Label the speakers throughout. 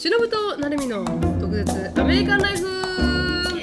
Speaker 1: しのぶとなるみの特別アメリカンライフ、はい、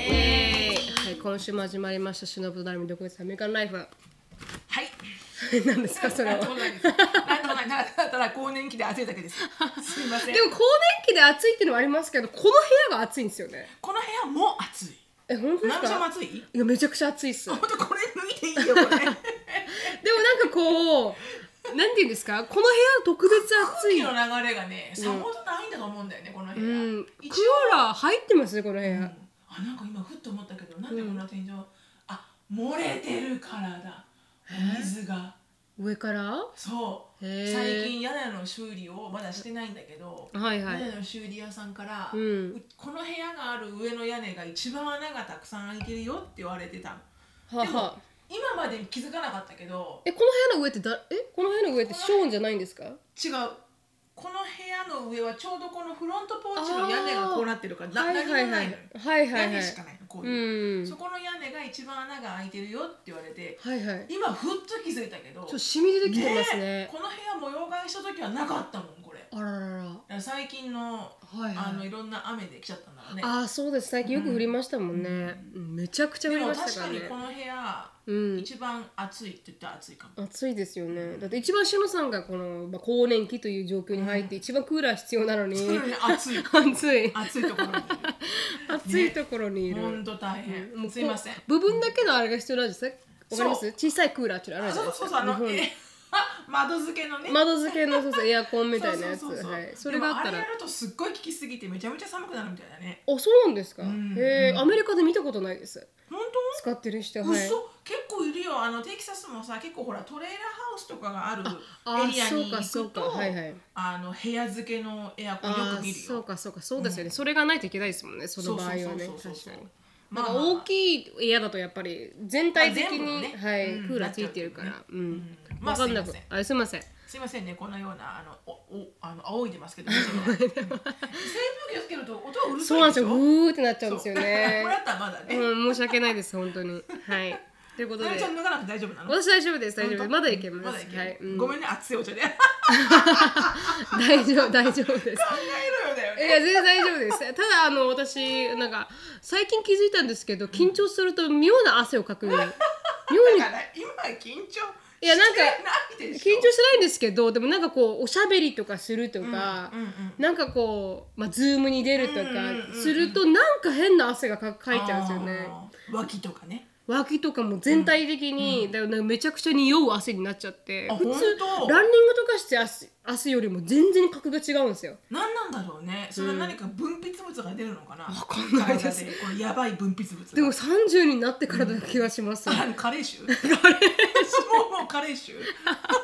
Speaker 1: 今週も始まりましたしのぶとなるみの特別アメリカンライフ。はい何ですかそれは。
Speaker 2: なんともないです。なんともない。ただ更年期で暑いだけです。すいません。
Speaker 1: でも更年期で暑いっていうのはありますけど、この部屋が暑いんですよね。
Speaker 2: この部屋も暑い。
Speaker 1: 本当ですか。
Speaker 2: めちゃくちゃ暑い。
Speaker 1: いやめちゃくちゃ暑いっす。
Speaker 2: 本当これ抜いていいよこれ。でもなんか
Speaker 1: こうなんていうんですか、この部屋特別暑い。
Speaker 2: 空気の流れがね、さほどないんだと思うんだよねこの部屋。
Speaker 1: クーラー入ってますねこの部屋。
Speaker 2: なんか今ふっと思ったけど、なんでこの天井、漏れてるからだ。水が。
Speaker 1: 上から
Speaker 2: そう最近屋根の修理をまだしてないんだけど、屋根の修理屋さんから、この部屋がある上の屋根が一番穴がたくさん開いてるよって言われてたの。でも今まで気づかなかったけど、
Speaker 1: この部屋の上ってこの部屋の上ってショーンじゃないんですか。
Speaker 2: 違う。この部屋の上はちょうどこのフロントポーチの屋根がこうなってるから何もないのよ。屋根しかないのこういう、そこの屋根が一番穴が開いてるよって言われて、今ふっと気づいたけど、
Speaker 1: ちょっと染み出てきてますね。
Speaker 2: この部屋模様替えした時はなかったもんこれ。
Speaker 1: あららら。
Speaker 2: 最近のいろんな雨で来ちゃったんだろうね。
Speaker 1: そうです。最近よく降りましたもんね。めちゃくちゃ降りましたからね。
Speaker 2: でも確かにこの部屋一番暑いって言ったら暑いかも。
Speaker 1: 暑いですよね。だって一番しのさんがこの更年期という状況に入って一番クーラー必要なのに
Speaker 2: 暑い
Speaker 1: 暑い
Speaker 2: ところにいる。
Speaker 1: 暑いところにいる。
Speaker 2: 本当大変。すいません。
Speaker 1: 部分だけのあれが必要なんですね。わかります？小さいクーラーっていうのあるじゃないですか。
Speaker 2: 窓付けのね。
Speaker 1: 窓付けのエアコンみたいなやつ。それがあったら。
Speaker 2: あれやるとすっごい効きすぎてめちゃめちゃ寒くなるみたいだね。
Speaker 1: そうなんですか。アメリカで見たことないです。
Speaker 2: 本当？
Speaker 1: 使ってる人。
Speaker 2: 嘘。結構いるよ。テキサスもさ、結構ほらトレーラーハウスとかがあるエリアに行くと、部屋付けのエアコンよく見るよ。
Speaker 1: そうですよね。それがないといけないですもんね。その場合はね。確かに。大きい部屋だとやっぱり全体的にクーラーついてるから。わかんなく。すみません。
Speaker 2: すいませんね、こんなような仰いでますけど、扇風機をつけると音がうるさいでしょ。
Speaker 1: そうなんですよ。うーってなっちゃうんですよね。
Speaker 2: これだったらまだね。
Speaker 1: 申し訳ないです本当に。はい。ということで。
Speaker 2: ちゃん脱がなくて大丈夫なの？
Speaker 1: 私大丈夫です。まだいけます。
Speaker 2: ごめんね、熱いお茶で。
Speaker 1: 大丈夫です。考
Speaker 2: えろよだよね。
Speaker 1: いや全然大丈夫です。ただ私なんか最近気づいたんですけど、緊張すると妙な汗をかく。妙に。
Speaker 2: 今緊張。
Speaker 1: いやなんか緊張してないんですけど、でもなんかこうおしゃべりとかするとか、なんかこうズームに出るとかするとなんか変な汗がかいちゃうんですよね。
Speaker 2: 脇とかね。
Speaker 1: 脇とかも全体的に、だからめちゃくちゃ匂う汗になっちゃって、普通ランニングとかして汗よりも全然格が違うんですよ。
Speaker 2: 何なんだろうね。それは何か分泌物が出るのかな。
Speaker 1: わかんないです。
Speaker 2: このやばい分泌物。
Speaker 1: でも30になってからだ気がします。
Speaker 2: カレー臭？もうカレー臭？30に
Speaker 1: なって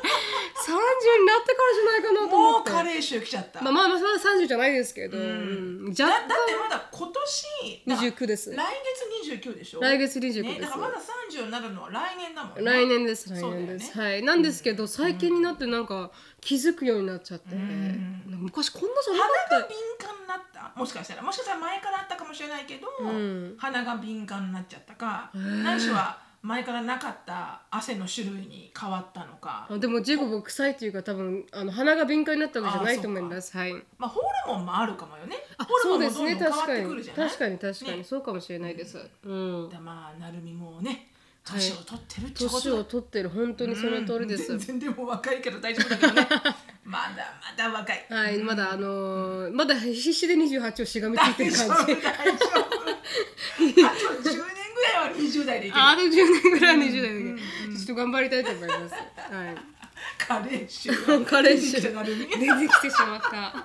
Speaker 1: からじゃないかなと思って。
Speaker 2: もうカレー臭来ちゃった。
Speaker 1: まだ30じゃないですけど。だって
Speaker 2: まだ今
Speaker 1: 年29です。
Speaker 2: 来月29でしょ。
Speaker 1: 来月29です。
Speaker 2: だからまだ30になるのは来年だもんね。
Speaker 1: 来年です。はい。なんですけど最近になってなんか気づくようになっちゃって、昔こんなじゃなかった。
Speaker 2: 鼻が敏感になった。もしかしたら前からあったかもしれないけど、鼻が敏感になっちゃったか、ないしは前からなかった汗の種類に変わったのか。
Speaker 1: でもジェコブ臭いっていうか多分鼻が敏感になったわけじゃないと思います。はい。
Speaker 2: ホルモンもあるかもよね。
Speaker 1: そうですね。確かにそうかもしれないです。
Speaker 2: なるみもね。年を取ってるってこと。
Speaker 1: 年を取ってる、本当にその通りです。
Speaker 2: 全然でも若いけど大丈夫だけどね。まだ若い。
Speaker 1: はい、まだ必死で28をしがみついてる感じ。
Speaker 2: 大丈夫。あと10年ぐらいは20代でいける。
Speaker 1: あと10年ぐらいは20代でいける。ちょっと頑張りたいと思います。はい。
Speaker 2: カレー臭
Speaker 1: 出てきてしまった。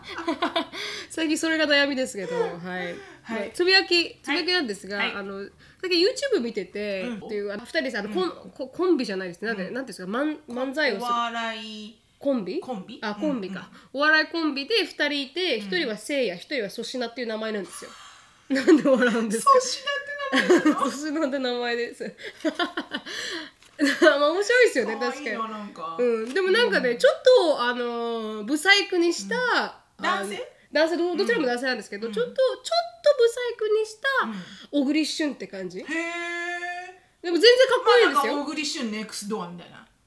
Speaker 1: 最近それが悩みですけど、つぶやきなんですが、さっき YouTube 見ててっていう2人でコンビじゃないですね。なんていうんですか、漫才をする。
Speaker 2: お笑い
Speaker 1: コンビか。お笑いコンビで2人いて、1人はせいや、1人は粗品っていう名前なんですよ。なんで笑うんですか？
Speaker 2: 粗品って名前。
Speaker 1: 粗品って名前です。面白いですよね、確かに。でもなんかね、ちょっとブサイクにした
Speaker 2: 男性
Speaker 1: どちらも男性なんですけど、ちょっとブサイクにした小栗旬って感じ。でも全然かっこいいですよ。
Speaker 2: 小栗旬ネクストドアみたいな。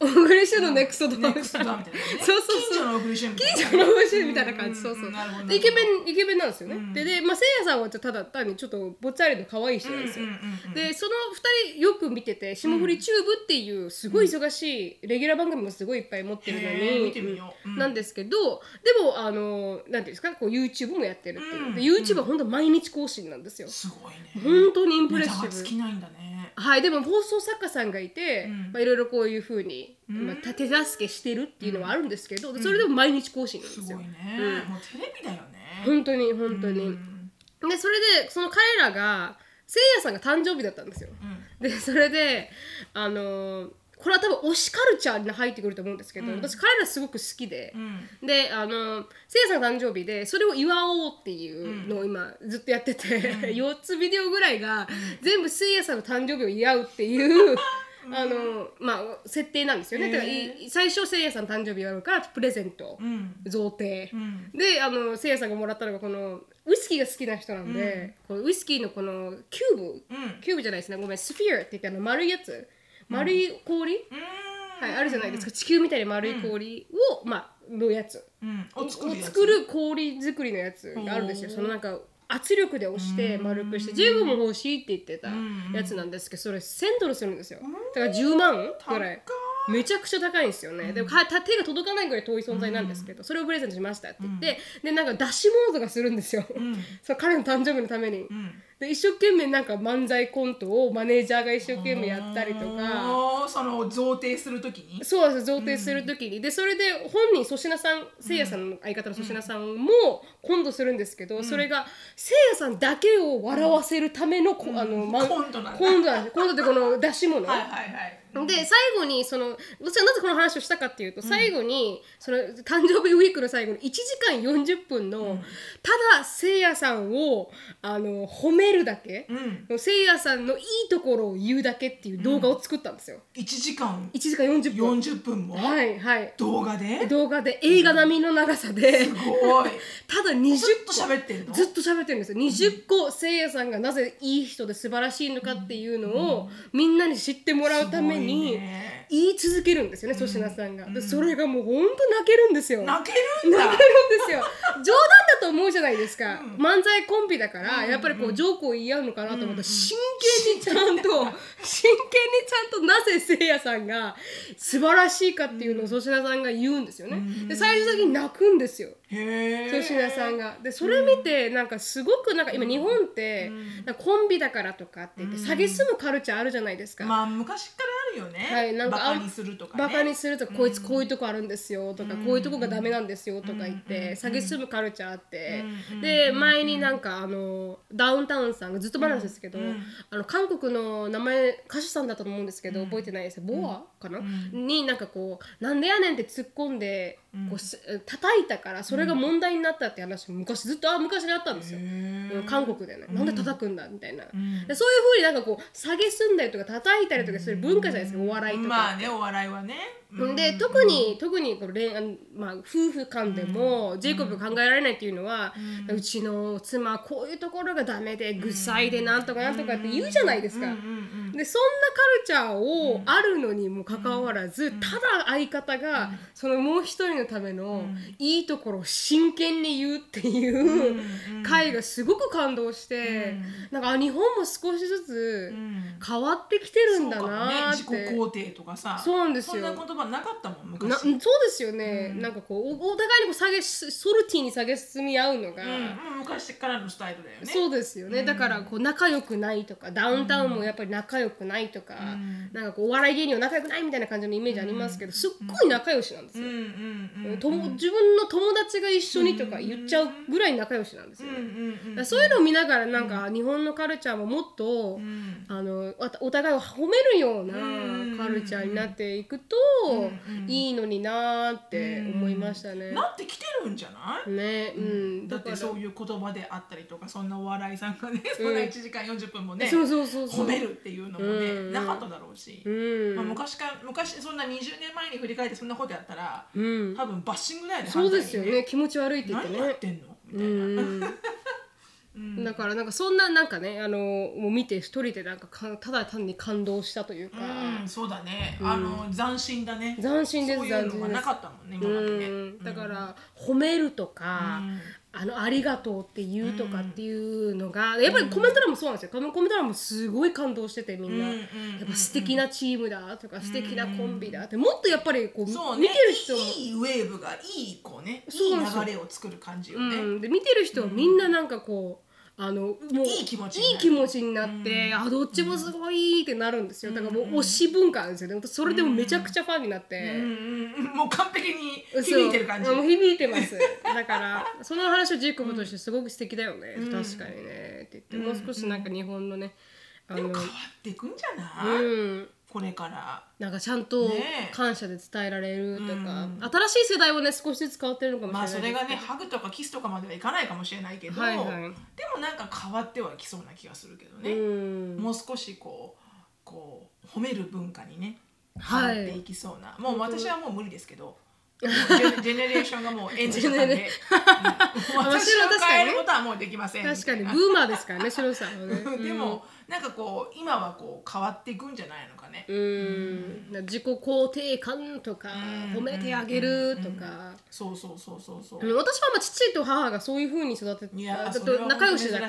Speaker 1: 小栗旬のネクストドア
Speaker 2: ネクストドアみたいなね。
Speaker 1: そうそうそう、
Speaker 2: 近所の小栗旬みたいな。
Speaker 1: 近所の小栗旬みたいな感じ、そうそう。でイケメンなんですよね。でまあせいやさんはただ単にちょっとぼっちゃりの可愛い人なんですよ。でその2人よく見てて、霜降りチューブっていうすごい忙しいレギュラー番組もすごいいっぱい持ってるのに、なんですけど、でもなんていうんですか、こう YouTube もやってるっていう。で YouTube は本当毎日更新なんですよ。
Speaker 2: すごいね。
Speaker 1: 本当にインプレッシブ。
Speaker 2: ネタが尽きないんだね。
Speaker 1: はい、でも放送作家さんがいて、まあいろいろこういう風に、まあ、手助けしてるっていうのはあるんですけど、それでも毎日更新なんですよ。
Speaker 2: すごいね。もうテレビだよね。
Speaker 1: 本当に本当に。でそれでその彼らがせいやさんが誕生日だったんですよ。でそれでこれは多分推しカルチャーに入ってくると思うんですけど、私彼らすごく好きで、でせいやさんが誕生日でそれを祝おうっていうのを今ずっとやってて、4つビデオぐらいが全部せいやさんの誕生日を祝うっていうまあ設定なんですよね。だから最初せいやさん誕生日祝うからプレゼント、贈呈、でせいやさんがもらったのがこのウイスキーが好きな人なんで、このウイスキーのこのキューブじゃないですね、ごめん、スフィアって言って丸いやつ、丸い氷、はい、あるじゃないですか、地球みたいに丸い氷を、まあのやつを作る氷作りのやつがあるんですよ。そのなんか圧力で押して丸くして15も欲しいって言ってたやつなんですけど、それ$1000するんですよ。だから10万ぐらい、めちゃくちゃ高いんですよね。でも手が届かないぐらい遠い存在なんですけど、それをプレゼントしましたって言って、でなんかダッシュモードがするんですよ、そう彼の誕生日のために。で一生懸命なんか漫才コントをマネージャーが一生懸命やったりとか、
Speaker 2: その贈呈するときに、
Speaker 1: そうです、贈呈するときに、でそれで本人粗品さん、せいやさんの相方の粗品さんもコントするんですけど、それがせいやさんだけを笑わせるためのコントなんです。コントってこの出し物で最後に私はなぜこの話をしたかっていうと、最後にその誕生日ウィークの最後に1時間40分のただせいやさんを褒めるだけ、せいやさんのいいところを言うだけっていう動画を作ったんですよ。
Speaker 2: 1時間
Speaker 1: 40
Speaker 2: 分も、
Speaker 1: はいはい、
Speaker 2: 動画で
Speaker 1: 映画並みの長さで、
Speaker 2: すごい
Speaker 1: ただ20個
Speaker 2: ずっと喋ってるの？
Speaker 1: ずっと喋ってるんですよ。20個せいやさんがなぜいい人で素晴らしいのかっていうのをみんなに知ってもらうために言い続けるんですよね、粗品さんが。でそれがもうほんと泣けるんですよ。
Speaker 2: 泣けるんですよ。
Speaker 1: 冗談だと思うじゃないですか、漫才コンビだからやっぱりこうジョークを言い合うのかなと思ったら、真剣にちゃんとなぜせいやさんが素晴らしいかっていうのを粗品さんが言うんですよね。で最終的に泣くんですよ、粗品さんが。でそれ見てなんかすごくなんか今日本ってなんかコンビだからとかって言って蔑むカルチャーあるじゃないですか。
Speaker 2: まあ昔からあるよね、
Speaker 1: はい、なんか
Speaker 2: バカにするとかね、
Speaker 1: バカにするとか、こいつこういうとこあるんですよとか、こういうとこがダメなんですよとか言って蔑むカルチャーあって、で前になんかダウンタウンさんがずっと話ですけど、韓国の名前歌手さんだったと思うんですけど、覚えてないです。ボアかな、になんかこうなんでやねんって突っ込んでこう叩いたからそれが問題になったって話も昔にあったんですよ、韓国でね。なんで叩くんだみたいな、でそういう風になんかこう蔑んだりとか叩いたりとかする文化じゃないですか、お笑いとか。
Speaker 2: まあね、お笑いはね。
Speaker 1: で特にこのまあ、夫婦間でもジェイコブが考えられないっていうのは、うちの妻はこういうところがダメで臭いでなんとかなんとかって言うじゃないですか。でそんなカルチャーをあるのにもかかわらず、ただ相方がそのもう一人のためのいいところを真剣に言うっていう回がすごく感動して、なんか日本も少しずつ変わってきてるんだなって。
Speaker 2: 自己肯定とかさ、
Speaker 1: そうなんですよ。
Speaker 2: そんな言葉なかったもん昔。
Speaker 1: そうですよね、なんかこうお互いにこうソルティに蔑み合うのが、
Speaker 2: 昔からのスタイルだよね。
Speaker 1: そうですよね、だからこう仲良くないとか、ダウンタウンもやっぱり仲良くないとか、なんかこうお笑い芸人は仲良くないみたいな感じのイメージありますけど、すっごい仲良しなんですよ。自分の友達が一緒にとか言っちゃうぐらい仲良しなんですよね。そういうのを見ながらなんか日本のカルチャーももっとお互いを褒めるようなカルチャーになっていくといいのになーって思いましたね。
Speaker 2: なってきてるんじゃない
Speaker 1: ね、
Speaker 2: だってそういう言葉であったりとか、そんなお笑いさんがね、そんな1時間40分もね褒めるっていうのもねなかっただろうし、昔そんな20年前に振り返ってそんなことやったら多分バッシングだよね。
Speaker 1: そうですよね、気持ち悪いって言ってね。
Speaker 2: 何やってんのみたいな
Speaker 1: だからなんかそんななんかねもう見て一人でなんかただ単に感動したというか、
Speaker 2: そうだね、斬新だね。
Speaker 1: 斬新です。
Speaker 2: そういうのがなかったもんね今までね。
Speaker 1: だから褒めるとか、ありがとうって言うとかっていうのが、やっぱりコメント欄もそうなんですよ。コメント欄もすごい感動してて、みんな、やっぱ素敵なチームだとか、素敵なコンビだって、もっとやっぱりこう、見てる人も
Speaker 2: いいウェーブがいいこうね、いい流れを作る感じよね。
Speaker 1: で見てる人はみんななんかこうもう
Speaker 2: いい気持ち
Speaker 1: になって、どっちもすごいってなるんですよ。だからもう推し文化なんですよね。それでもめちゃくちゃファンになって、
Speaker 2: もう完璧に響いてる感じ。
Speaker 1: もう響いてます。だからその話をジェイコブとしてすごく素敵だよね、確かにねって言って、もう少しなんか日本のね
Speaker 2: でも変わっていくんじゃない、これから
Speaker 1: なんかちゃんと感謝で伝えられるとか、新しい世代はね少しずつ変わってるのかもしれないですけど、
Speaker 2: それがねハグとかキスとかまではいかないかもしれないけど、でもなんか変わってはいきそうな気がするけどね、もう少しこう褒める文化にね変わっていきそうな、もう私はもう無理ですけど、ジェネレーションがもうエンドしちゃったんで、私を変えることはもうできません。
Speaker 1: 確かにブーマーですからね、シロさんはね。
Speaker 2: でもなんかこう今はこう変わっていくんじゃないのかね。
Speaker 1: 自己肯定感とか褒めてあげるとか、
Speaker 2: そう。
Speaker 1: 私は父と母がそういう風に育てて仲良しだから、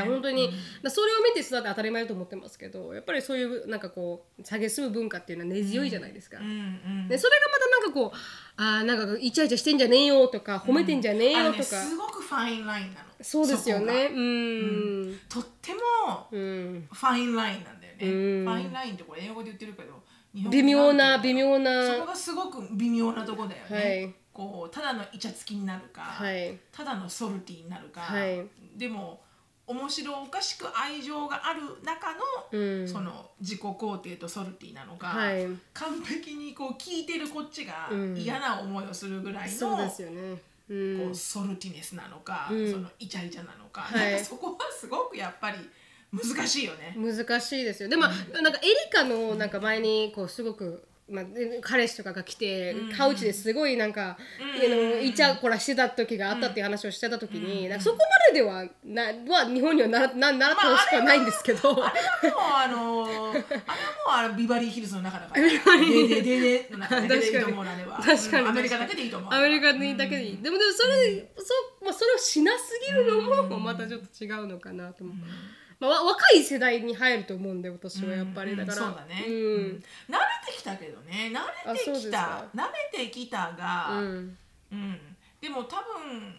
Speaker 1: 本当にそれを見て育て当たり前だと思ってますけど、やっぱりそういうなんかこう蔑む文化っていうのは根強いじゃないですか。でそれがまたなんかこうなんかイチャイチャしてんじゃねえよとか褒めてんじゃねえよとか、
Speaker 2: すごくファインラインなの。
Speaker 1: そうですよね。
Speaker 2: とってもファインラインなんだよね。ファインラインってこれ英語で言ってるけど、
Speaker 1: 微妙な
Speaker 2: そこがすごく微妙なとこだよね。こうただのイチャつきになるか、ただのソルティになるか、でも面白おかしく愛情がある中の、その自己肯定とソルティなのか、完璧にこう聞いてるこっちが嫌な思いをするぐらいの、
Speaker 1: そうですよね。
Speaker 2: こうソルティネスなのか、そのイチャイチャなのか、なんかそこはすごくやっぱり難しいよね。
Speaker 1: 難しいですよ。でも、なんかエリカのなんか前にこうすごく彼氏とかが来てカウチですごいなんかイチャコラしてた時があったっていう話をしてた時に、そこまででは日本にはならってほしくはないんですけど、
Speaker 2: あれはもうビバリーヒルズの中だから、での中でいいと思うな。確かにアメリカだけでいいと思う。
Speaker 1: アメリカだけでいい。でもそれをしなすぎるのもまたちょっと違うのかなと思う。若い世代に入ると思うんで、私はやっぱりだから、
Speaker 2: そうだね、慣れてきたけどね、慣れてきたが、でも多分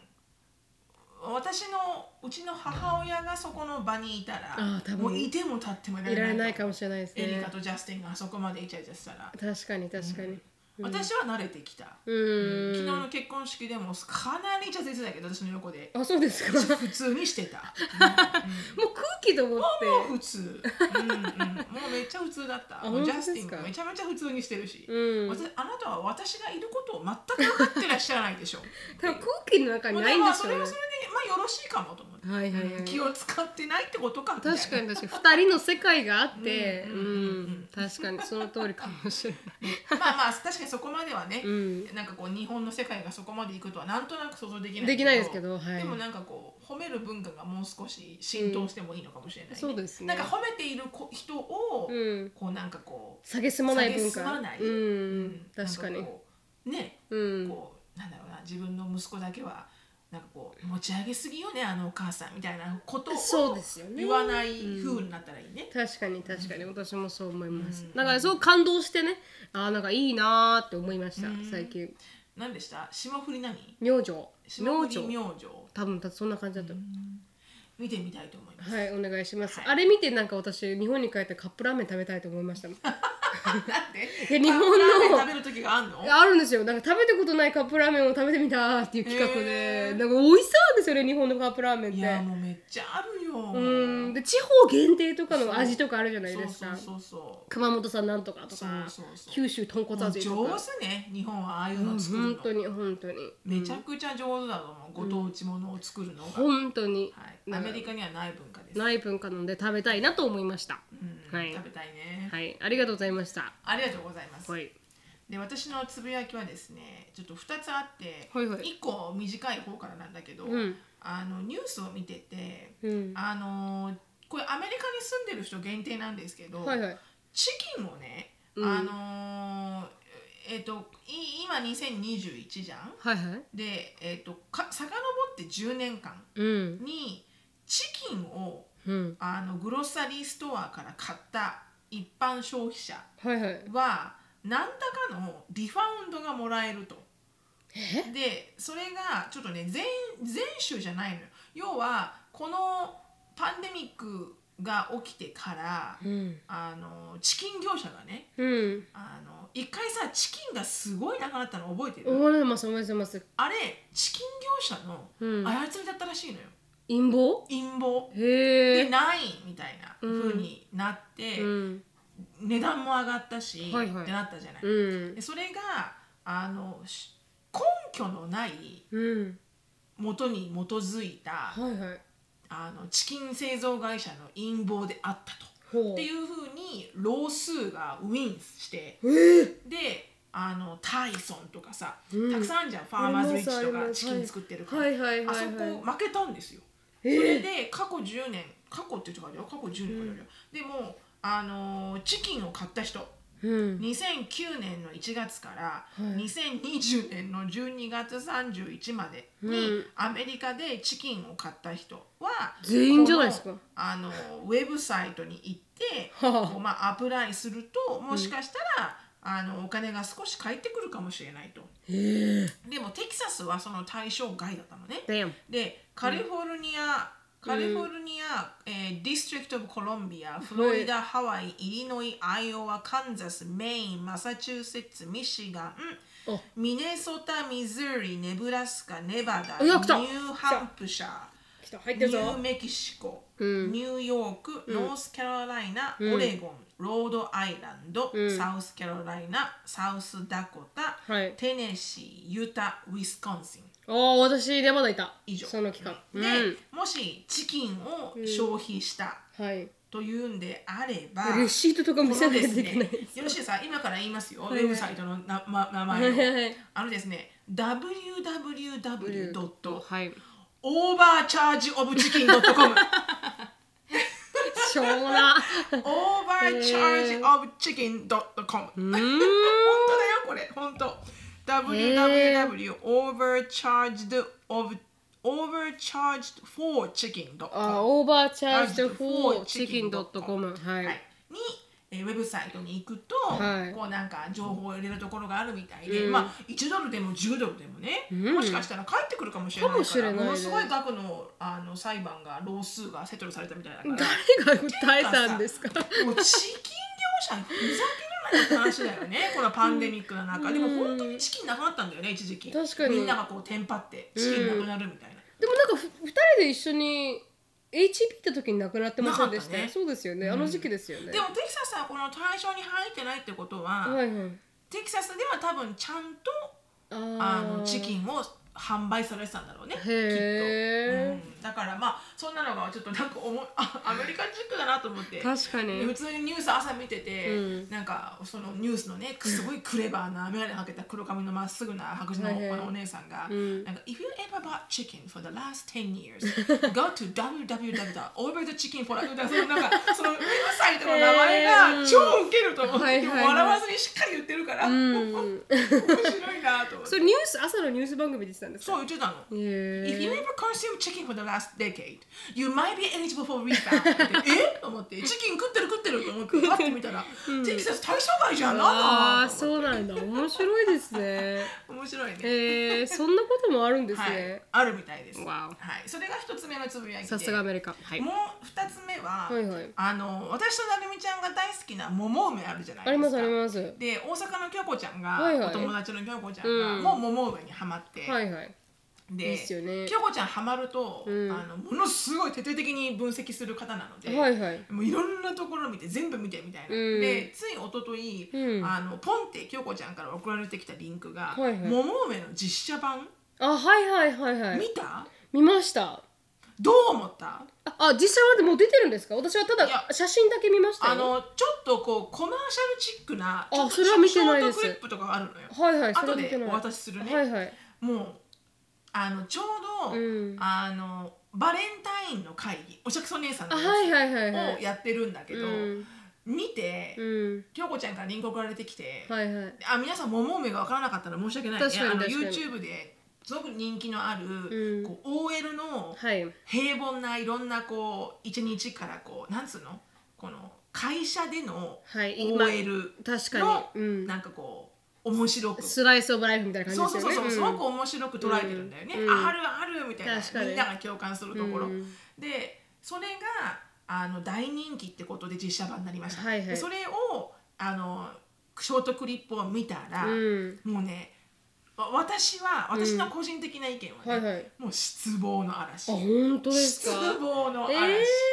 Speaker 2: うちの母親がそこの場にいたら、もういても立ってもいられない
Speaker 1: かもしれないですね。
Speaker 2: エリカとジャスティンがあそこまでイチャイチャしたら。
Speaker 1: 確かに
Speaker 2: 私は慣れてきた。昨日の結婚式でもかなりイチャついてたけど、私の横で。
Speaker 1: あ、そうですか。
Speaker 2: 普通にしてた。も
Speaker 1: う空気と思って。
Speaker 2: もう普通。もうめっちゃ普通だった。ジャスティンもめちゃめちゃ普通にしてるし。あなたは私がいることを全く分かってらっしゃらないでしょ。
Speaker 1: 多分空気の中にないんですよね。
Speaker 2: それはそれでよろしいかもと思って。気を使ってないってことか。
Speaker 1: 確かに2人の世界があって、確かにその通りかもしれない。
Speaker 2: 確かにそこまではね、なんかこう日本の世界がそこまでいくとはなんとなく想像できない
Speaker 1: ですけど、
Speaker 2: でもなんかこう褒める文化がもう少し浸透してもいいのかもしれない、
Speaker 1: そうですね。
Speaker 2: なんか褒めている人をこうなんかこう
Speaker 1: 蔑まない文化、
Speaker 2: 確かにね、こうなんだろうな、自分の息子だけはなんかこう持ち上げすぎよね、あのお母さんみたいなことを言わない風になったらいいね。
Speaker 1: 確かに私もそう思います。だからそう感動してね、なんかいいなーって思いました、最近。
Speaker 2: 何でした？霜降り何？
Speaker 1: 明星。多分そんな感じだと。
Speaker 2: 見てみたいと思います。
Speaker 1: はい、お願いします。あれ見てなんか私日本に帰ってカップラーメン食べたいと思いました。
Speaker 2: なんで？
Speaker 1: 日本の
Speaker 2: 食べる時があるの？
Speaker 1: あるんですよ。なんか食べたことないカップラーメンを食べてみたっていう企画で、なんか美味しそうですよね、日本のカップラーメンって。
Speaker 2: いやもうめっちゃあるよ。
Speaker 1: で地方限定とかの味とかあるじゃないですか。熊本産なんとかとか、九州豚骨味とか。
Speaker 2: 上手ね、日本はああいうの作るの。
Speaker 1: 本当に
Speaker 2: めちゃくちゃ上手だと思う、ご当地ものを作るのが。
Speaker 1: 本当に。
Speaker 2: アメリカにはない文化です。
Speaker 1: ない文化なので食べたいなと思いました。
Speaker 2: 食べたいね。
Speaker 1: はい、ありがとうございました。
Speaker 2: ありがとうございます。 で私のつぶやきはですねちょっと2つあって、
Speaker 1: はいはい、
Speaker 2: 1個短い方からなんだけど、ニュースを見てて、これアメリカに住んでる人限定なんですけど、
Speaker 1: はいはい、
Speaker 2: チキンをね、今2021じゃん、
Speaker 1: はいはい、
Speaker 2: で、遡って10年間にチキンを、グロッサリーストアから買った一般消費者は何らかのリファウンドがもらえると。でそれがちょっとね全種じゃないのよ。要はこのパンデミックが起きてから、チキン業者がね、一回さチキンがすごいなくなったの覚えてる？
Speaker 1: 覚えてます、覚えてます。
Speaker 2: あれチキン業者の操りだったらしいのよ。
Speaker 1: 陰謀？
Speaker 2: 陰謀
Speaker 1: で
Speaker 2: ないみたいな風になって、値段も上がったし、ってなったじゃない。でそれが根拠のない元に基づいた、チキン製造会社の陰謀であったとっていうふうにロー数がウィンして、でタイソンとかさ、たくさんあるじゃん、ファーマーズリッチとかチキン作ってるから、あそこ負けたんですよ。それで過去10年過去って言ってたよ、過去10年からでもチキンを買った人、2009年の1月から2020年の12月31日までにアメリカでチキンを買った人は
Speaker 1: 全員じゃないですか。
Speaker 2: ウェブサイトに行ってアプライするともしかしたらお金が少し返ってくるかもしれないと。でもテキサスはその対象外だったのね。でカリフォルニア、ディストリクト・オブ・コロンビア、フロリダ、ハワイ、イリノイ、アイオワ、カンザス、メイン、マサチューセッツ、ミシガン、ミネソタ、ミズーリ、ネブラスカ、ネバダ、ニューハンプシャー、ニューメキシコ、ニューヨーク、ノースカロライナ、オレゴン、ロードアイランド、サウスカロライナ、サウスダコタ、テネシー、ユタ、ウィスコンシン。
Speaker 1: 私でまだいた。
Speaker 2: 以上
Speaker 1: その期間。
Speaker 2: で、もしチキンを消費したというんであれば、
Speaker 1: レシートとか見せないといけない。
Speaker 2: よろしいですか？今から言いますよ。ウェブサイトの名前を。ですね、www.overchargeofchicken.com
Speaker 1: しょうもな。
Speaker 2: overchargeofchicken.com 本当だよこれ、本当。overchargedforchicken.com にウェブサイトに行くと、こうなんか情報を入れるところがあるみたいで、まあ1ドルでも10ドルでもね、もしかしたら返ってくるかもしれないから、ものすごい額の裁判がロー数がセトルされたみたいだから。
Speaker 1: 誰が訴えたんですか？
Speaker 2: もうチキン業者にふざけるなよって話だよね。このパンデミックの中でも本当にチキンなくなったんだよね、一時期。
Speaker 1: 確かに
Speaker 2: みんながこうテンパってチキンなくなるみたいな。
Speaker 1: でもなんか2人で一緒にHB って時になくなってませんでしたね。そうですよね、あの時期ですよね。
Speaker 2: でもテキサスはこの対象に入ってないってことは、テキサスでは多分ちゃんとチキンを販売されてたんだろうね、きっと。だからまあそんなのがちょっとなんかアメリカチックだなと思って。
Speaker 1: 確かに。
Speaker 2: 普通にニュース朝見てて、なんかそのニュースのねすごいクレバーな眼鏡かけた黒髪のまっすぐな白人のお姉さんがなんか If you ever bought chicken for the last 10 years go to www.overthechicken.com なんかそのウェブサイトの名前が超ウケると思って、でも笑わずにしっかり言ってるから面白いなと思って。それ
Speaker 1: 朝のニュース番組でしたんですか？
Speaker 2: そう言ってたの。If you ever consume chicken for the last decade, you might be eligible for refund. と思ってチキン食ってると思ってパッて見たらテキサス対象外じゃんな。
Speaker 1: そうなんだ。面白いですね。
Speaker 2: 面白いね。
Speaker 1: そんなこともあるんですね。
Speaker 2: あるみたいです。それが一つ目のつぶやきで。
Speaker 1: さすがアメリカ。
Speaker 2: もう二つ目は私となるみちゃんが大好きな桃梅あるじゃないですか。
Speaker 1: ありますあります。
Speaker 2: で大阪の京子ちゃんがお友達の京子ちゃんがもう桃梅にハマって。で、京子ちゃんハマると、ものすごい徹底的に分析する方なので、もういろんなところを見て全部見てみたいな。で、つい一昨日ポンって京子ちゃんから送られてきたリンクが、桃梅の実写版。
Speaker 1: 見た？見ました。
Speaker 2: どう思った？
Speaker 1: 実写版でもう出てるんですか？私はただ写真だけ見ましたよ。
Speaker 2: ちょっとこうコマーシャルチックなちょっと
Speaker 1: それは見てないです。
Speaker 2: ショートクリップとかがあるのよ。
Speaker 1: はいはい、
Speaker 2: 後でお渡しするね。
Speaker 1: はいはい。
Speaker 2: もうちょうど、バレンタインの会議、おしゃくそ姉さんのやつをやってるんだけど、見て、京子ちゃんからリンク送られてきて、皆さん桃梅が分からなかったら申し訳ないね。YouTube ですごく人気のある、こう OL の平凡ないろんなこう一日からこうなんつうのこの会社での OL のなんかこう面白く
Speaker 1: スライスオブライフみたいな感じですよね。
Speaker 2: そうすごく面白く捉えてるんだよね。あるみたいなみんなが共感するところで、それが大人気ってことで実写版になりました。でそれをショートクリップを見たら、もうね私の個人的な意見はね、もう失望の嵐。
Speaker 1: 本当ですか？
Speaker 2: 失望の嵐。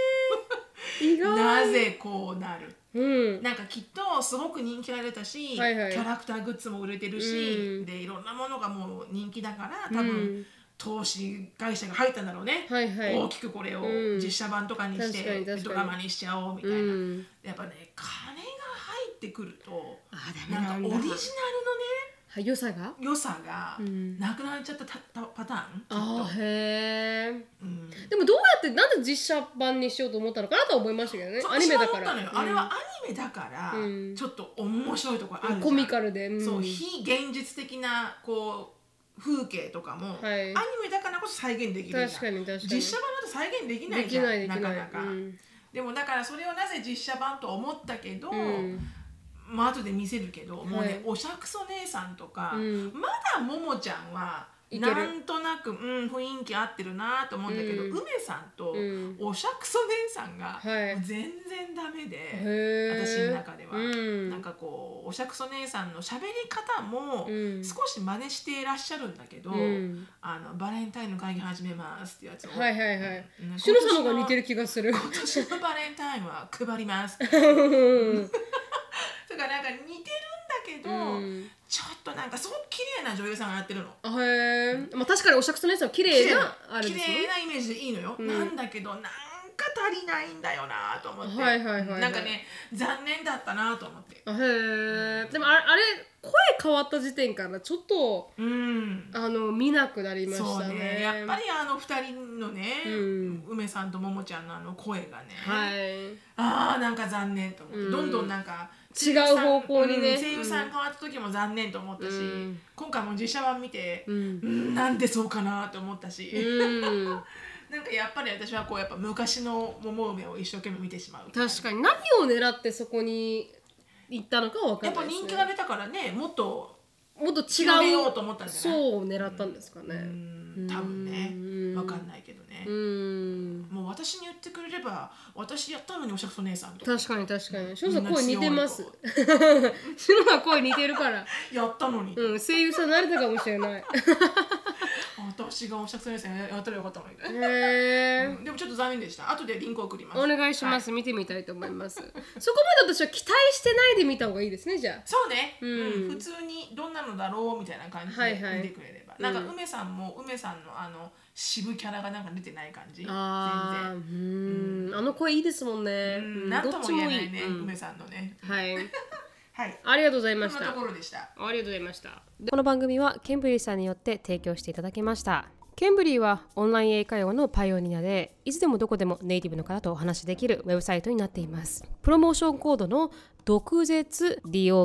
Speaker 2: なぜこうなる？なんかきっとすごく人気が出たし、キャラクターグッズも売れてるし、でいろんなものがもう人気だから多分投資会社が入ったんだろうね。大きくこれを実写版とかにしてドラマにしちゃおうみたいな。やっぱね金が入ってくるとなんかオリジナルのね良さがなくなっちゃったパターン。
Speaker 1: へえ。でもどうやってなんで実写版にしようと思ったのかなと思いましたけどね。アニメだから。
Speaker 2: あれはアニメだからちょっと面白いところあるじゃん。
Speaker 1: コミカルで。
Speaker 2: そう非現実的なこう風景とかもアニメだからこそ再現できるじゃん。実写版だと再現できないじゃん。なかなか。でもだからそれをなぜ実写版と思ったけど。後で見せるけど、もうねおしゃくそ姉さんとか、まだももちゃんはなんとなく雰囲気合ってるなと思うんだけど、梅さんとおしゃくそ姉さんが全然ダメで、私の中ではなんかこうおしゃくそ姉さんの喋り方も少し真似していらっしゃるんだけど、バレンタインの会議始めますってやつを
Speaker 1: シロさんの方が似てる気がする。
Speaker 2: 今年のバレンタインは配りますだからなんか似てるんだけど、ちょっとなんかすごく綺麗な女優さんがやってるの。
Speaker 1: へえ。まあ確かにおしゃくそのやつは綺麗なあれですね。
Speaker 2: 綺麗なイメージでいいのよ。なんだけどなんか足りないんだよなと思って。なんかね残念だったなと思って。
Speaker 1: へえ。でもあれ声変わった時点からちょっと見なくなりましたね。
Speaker 2: やっぱり2人のね、梅さんとももちゃんの声がね、なんか残念と思って、どんどんなんか
Speaker 1: 違う方向にね、
Speaker 2: 声優さん変わった時も残念と思ったし、今回も実写版見て、なんでそうかなと思ったし、なんかやっぱり私はこうやっぱ昔の桃梅を一生懸命見てしまう。
Speaker 1: 確かに何を狙ってそこに行ったのかは分かんないですね。
Speaker 2: やっぱ人気が出たからね、もっと
Speaker 1: 違う
Speaker 2: ようと思ったんじゃない？
Speaker 1: そう狙ったんですかね。
Speaker 2: 多分ね、分かんないけどね。もう私に言ってくれれば、私やったのにおしゃくそ姉さんと。
Speaker 1: 確かに。しのさん声似てます。しのさん声似てるから。
Speaker 2: やったのに。
Speaker 1: 声優さん慣れたかもしれない。
Speaker 2: 私がおしゃくそ姉さんやったらよかったのに。でもちょっと残念でした。後でリンク送ります。
Speaker 1: お願いします。見てみたいと思います。そこまで私は期待してないで見た方がいいですね、じゃあ。
Speaker 2: そうね。普通にどんなのだろうみたいな感じで見てくれれば。なんか梅さんの渋キャラがなんか出てない感じ。全然。
Speaker 1: あの声いいですもんね。
Speaker 2: なんとも言えないね、梅さんのね。
Speaker 1: はい。ありがとうございました。
Speaker 2: こんなところでした。
Speaker 1: ありがとうございました。この番組はケンブリーさんによって提供していただきました。ケンブリーはオンライン英会話のパイオニアで、いつでもどこでもネイティブの方とお話しできるウェブサイトになっています。プロモーションコードの毒舌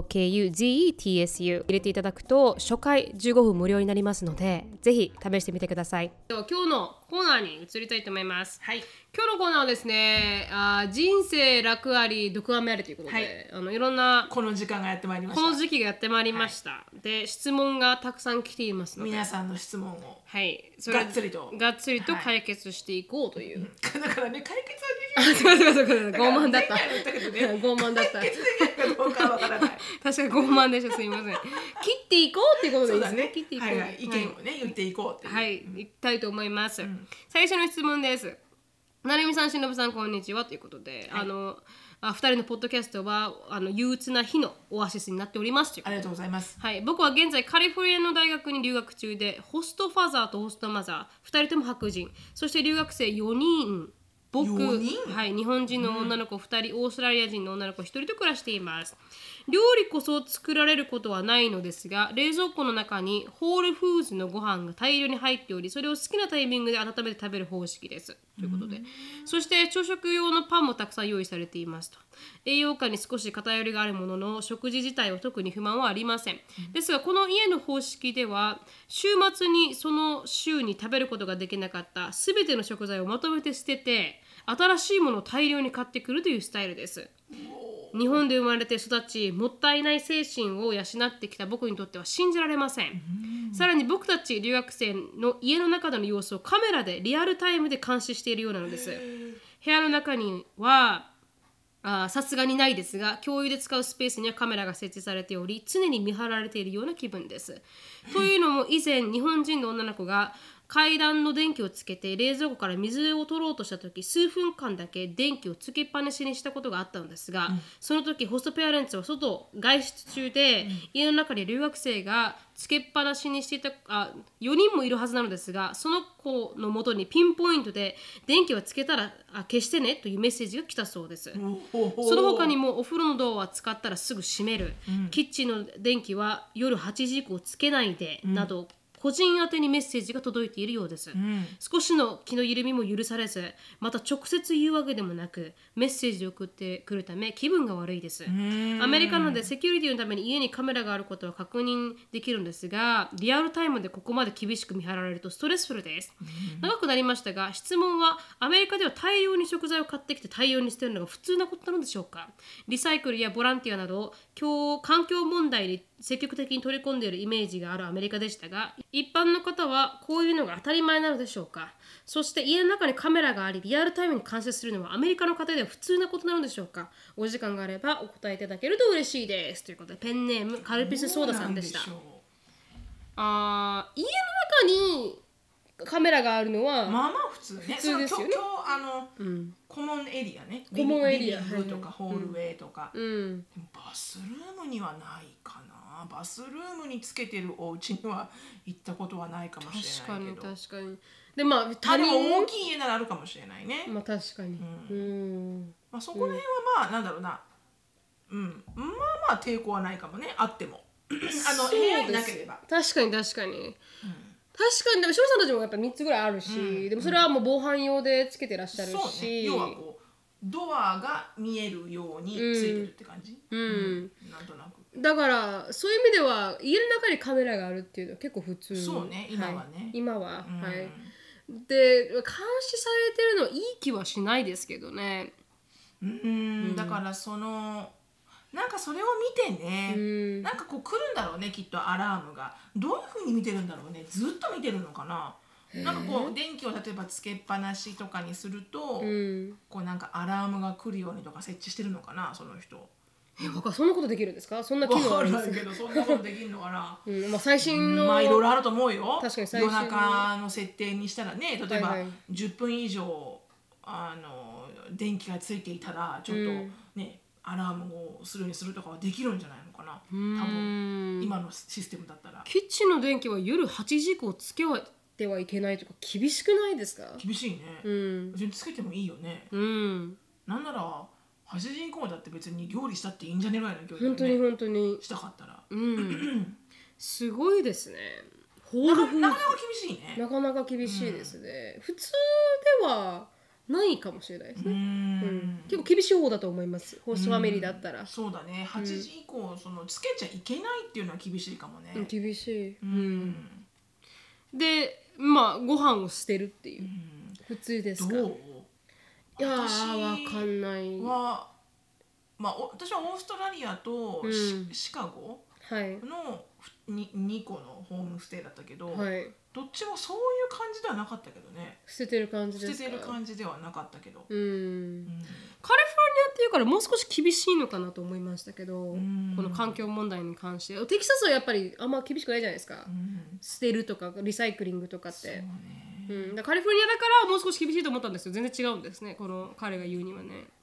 Speaker 1: DOKUZETSU 入れていただくと初回15分無料になりますので、ぜひ試してみてください。では今日のコーナーに移りたいと思います。今日のコーナーはですね、人生楽あり毒アメありということで、いろんな
Speaker 2: この時間がやってまいりました。
Speaker 1: この時期がやってまいりました。で、質問がたくさん来ていますので、
Speaker 2: 皆さんの質問を
Speaker 1: がっつりと解決していこうという。
Speaker 2: だからね、解決はできない。
Speaker 1: そう傲慢だった。傲慢だった。
Speaker 2: どうかわからない。
Speaker 1: 確かに傲慢でした。すみません。切っていこうっていうことでいいですね。切っていこう。
Speaker 2: 意見をね言っていこうって。
Speaker 1: いきたいと思います。最初の質問です。なるみさん、しのぶさん、こんにちはということで、 2人のポッドキャストは憂鬱な日のオアシスになっておりますということで。
Speaker 2: ありがとうございます。
Speaker 1: はい、僕は現在カリフォルニアの大学に留学中で、ホストファザーとホストマザー2人とも白人、そして留学生4人、僕、はい、日本人の女の子2人、オーストラリア人の女の子1人と暮らしています。料理こそ作られることはないのですが、冷蔵庫の中にホールフーズのご飯が大量に入っており、それを好きなタイミングで温めて食べる方式です。ということで、そして朝食用のパンもたくさん用意されていますと。栄養価に少し偏りがあるものの、食事自体は特に不満はありません。ですが、この家の方式では、週末にその週に食べることができなかった全ての食材をまとめて捨てて、新しいものを大量に買ってくるというスタイルです。日本で生まれて育ち、もったいない精神を養ってきた僕にとっては信じられません。さらに僕たち留学生の家の中での様子をカメラでリアルタイムで監視しているようなのです。部屋の中にはさすがにないですが、共有で使うスペースにはカメラが設置されており、常に見張られているような気分です。というのも、以前日本人の女の子が階段の電気をつけて冷蔵庫から水を取ろうとした時、数分間だけ電気をつけっぱなしにしたことがあったのですが、その時ホストペアレンツは外出中で、家の中で留学生がつけっぱなしにしていた4人もいるはずなのですが、その子の元にピンポイントで電気はつけたら消してねというメッセージが来たそうです。その他にも、お風呂のドアは使ったらすぐ閉める、キッチンの電気は夜8時以降つけないで、など個人宛てにメッセージが届いているようです。少しの気の緩みも許されず、また直接言うわけでもなく、メッセージを送ってくるため気分が悪いです。アメリカなのでセキュリティのために家にカメラがあることは確認できるんですが、リアルタイムでここまで厳しく見張られるとストレスフルです。長くなりましたが、質問は、アメリカでは大量に食材を買ってきて大量に捨てるのが普通なことなのでしょうか。リサイクルやボランティアなど環境問題に積極的に取り込んでいるイメージがあるアメリカでしたが、一般の方はこういうのが当たり前なのでしょうか。そして家の中にカメラがあり、リアルタイムに監視するのはアメリカの方では普通なことなのでしょうか。お時間があればお答えいただけると嬉しいです。ということで、ペンネームカルピスソーダさんでした。家の中にカメラがあるのは
Speaker 2: まあまあ普通ね。
Speaker 1: 普通ですよね。
Speaker 2: コモンエリアね。
Speaker 1: コモンエリア
Speaker 2: リビングとかホールウェイとか。でもバスルームにはないかな。バスルームにつけてるお家には行ったことはないかもしれないけど。
Speaker 1: 確かに。でまあ
Speaker 2: でも大きい家ならあるかもしれないね。
Speaker 1: まあ確かに。
Speaker 2: まあそこら辺はまあなんだろうな。まあまあ抵抗はないかもね。あっても部屋になければ。
Speaker 1: 確かに。確かに、でも翔さんたちもやっぱ3つぐらいあるし、でもそれはもう防犯用でつけてらっしゃるし、
Speaker 2: そうね、要はこうドアが見えるようについてるって感じ、なんとなく。だ
Speaker 1: からそういう意味では家の中にカメラがあるっていうのは結構普通。
Speaker 2: そうね、今はね、
Speaker 1: 今は、はい。で監視されてるのいい気はしないですけどね。
Speaker 2: だからなんかそれを見てね、なんかこう来るんだろうね、きっとアラームが。どういう風に見てるんだろうね。ずっと見てるのかな。なんかこう電気を例えばつけっぱなしとかにすると、こうなんかアラームが来るようにとか設置してるのかな、その人。
Speaker 1: そんなことできるんですか。そんな機能あるんですか。
Speaker 2: けどそんなことできるのかな。
Speaker 1: まあ最新の
Speaker 2: いろいろあると思うよ。
Speaker 1: 確かに最新の
Speaker 2: 夜中の設定にしたらね、例えば10分以上電気がついていたらちょっとね、アラームをするようにするとかはできるんじゃないのかな。多分今のシステムだったら。
Speaker 1: キッチンの電気は夜8時以降つけてはいけないとか厳しくないですか。
Speaker 2: 厳しいね。別につけてもいいよね。なんなら8時以降だって別に料理したっていいんじゃねえぐらいの勢いで、ね、
Speaker 1: 本当に
Speaker 2: したかったら、
Speaker 1: すごいですね。
Speaker 2: なかなか厳しいね。
Speaker 1: なかなか厳しいですね。普通ではないかもしれないですね。結構厳しい方だと思います。ホストファミリーだったら。
Speaker 2: そうだね。8時以降つけちゃいけないっていうのは厳しいかもね。
Speaker 1: 厳しい。でまあご飯を捨てるっていう、普通ですか。
Speaker 2: どう？
Speaker 1: いやーわかんない。
Speaker 2: まあ私はオーストラリアとシカゴの2個のホームステイだったけど、どっちもそういう感じではなかったけどね。
Speaker 1: 捨ててる感じですか。
Speaker 2: 捨ててる感じではなかったけど。
Speaker 1: カリフォルニアっていうからもう少し厳しいのかなと思いましたけど、この環境問題に関して。テキサスはやっぱりあんま厳しくないじゃないですか。捨てるとかリサイクリングとかって。カリフォルニアだからもう少し厳しいと思ったんですよ。全然違うんですね。この彼が言うにはね。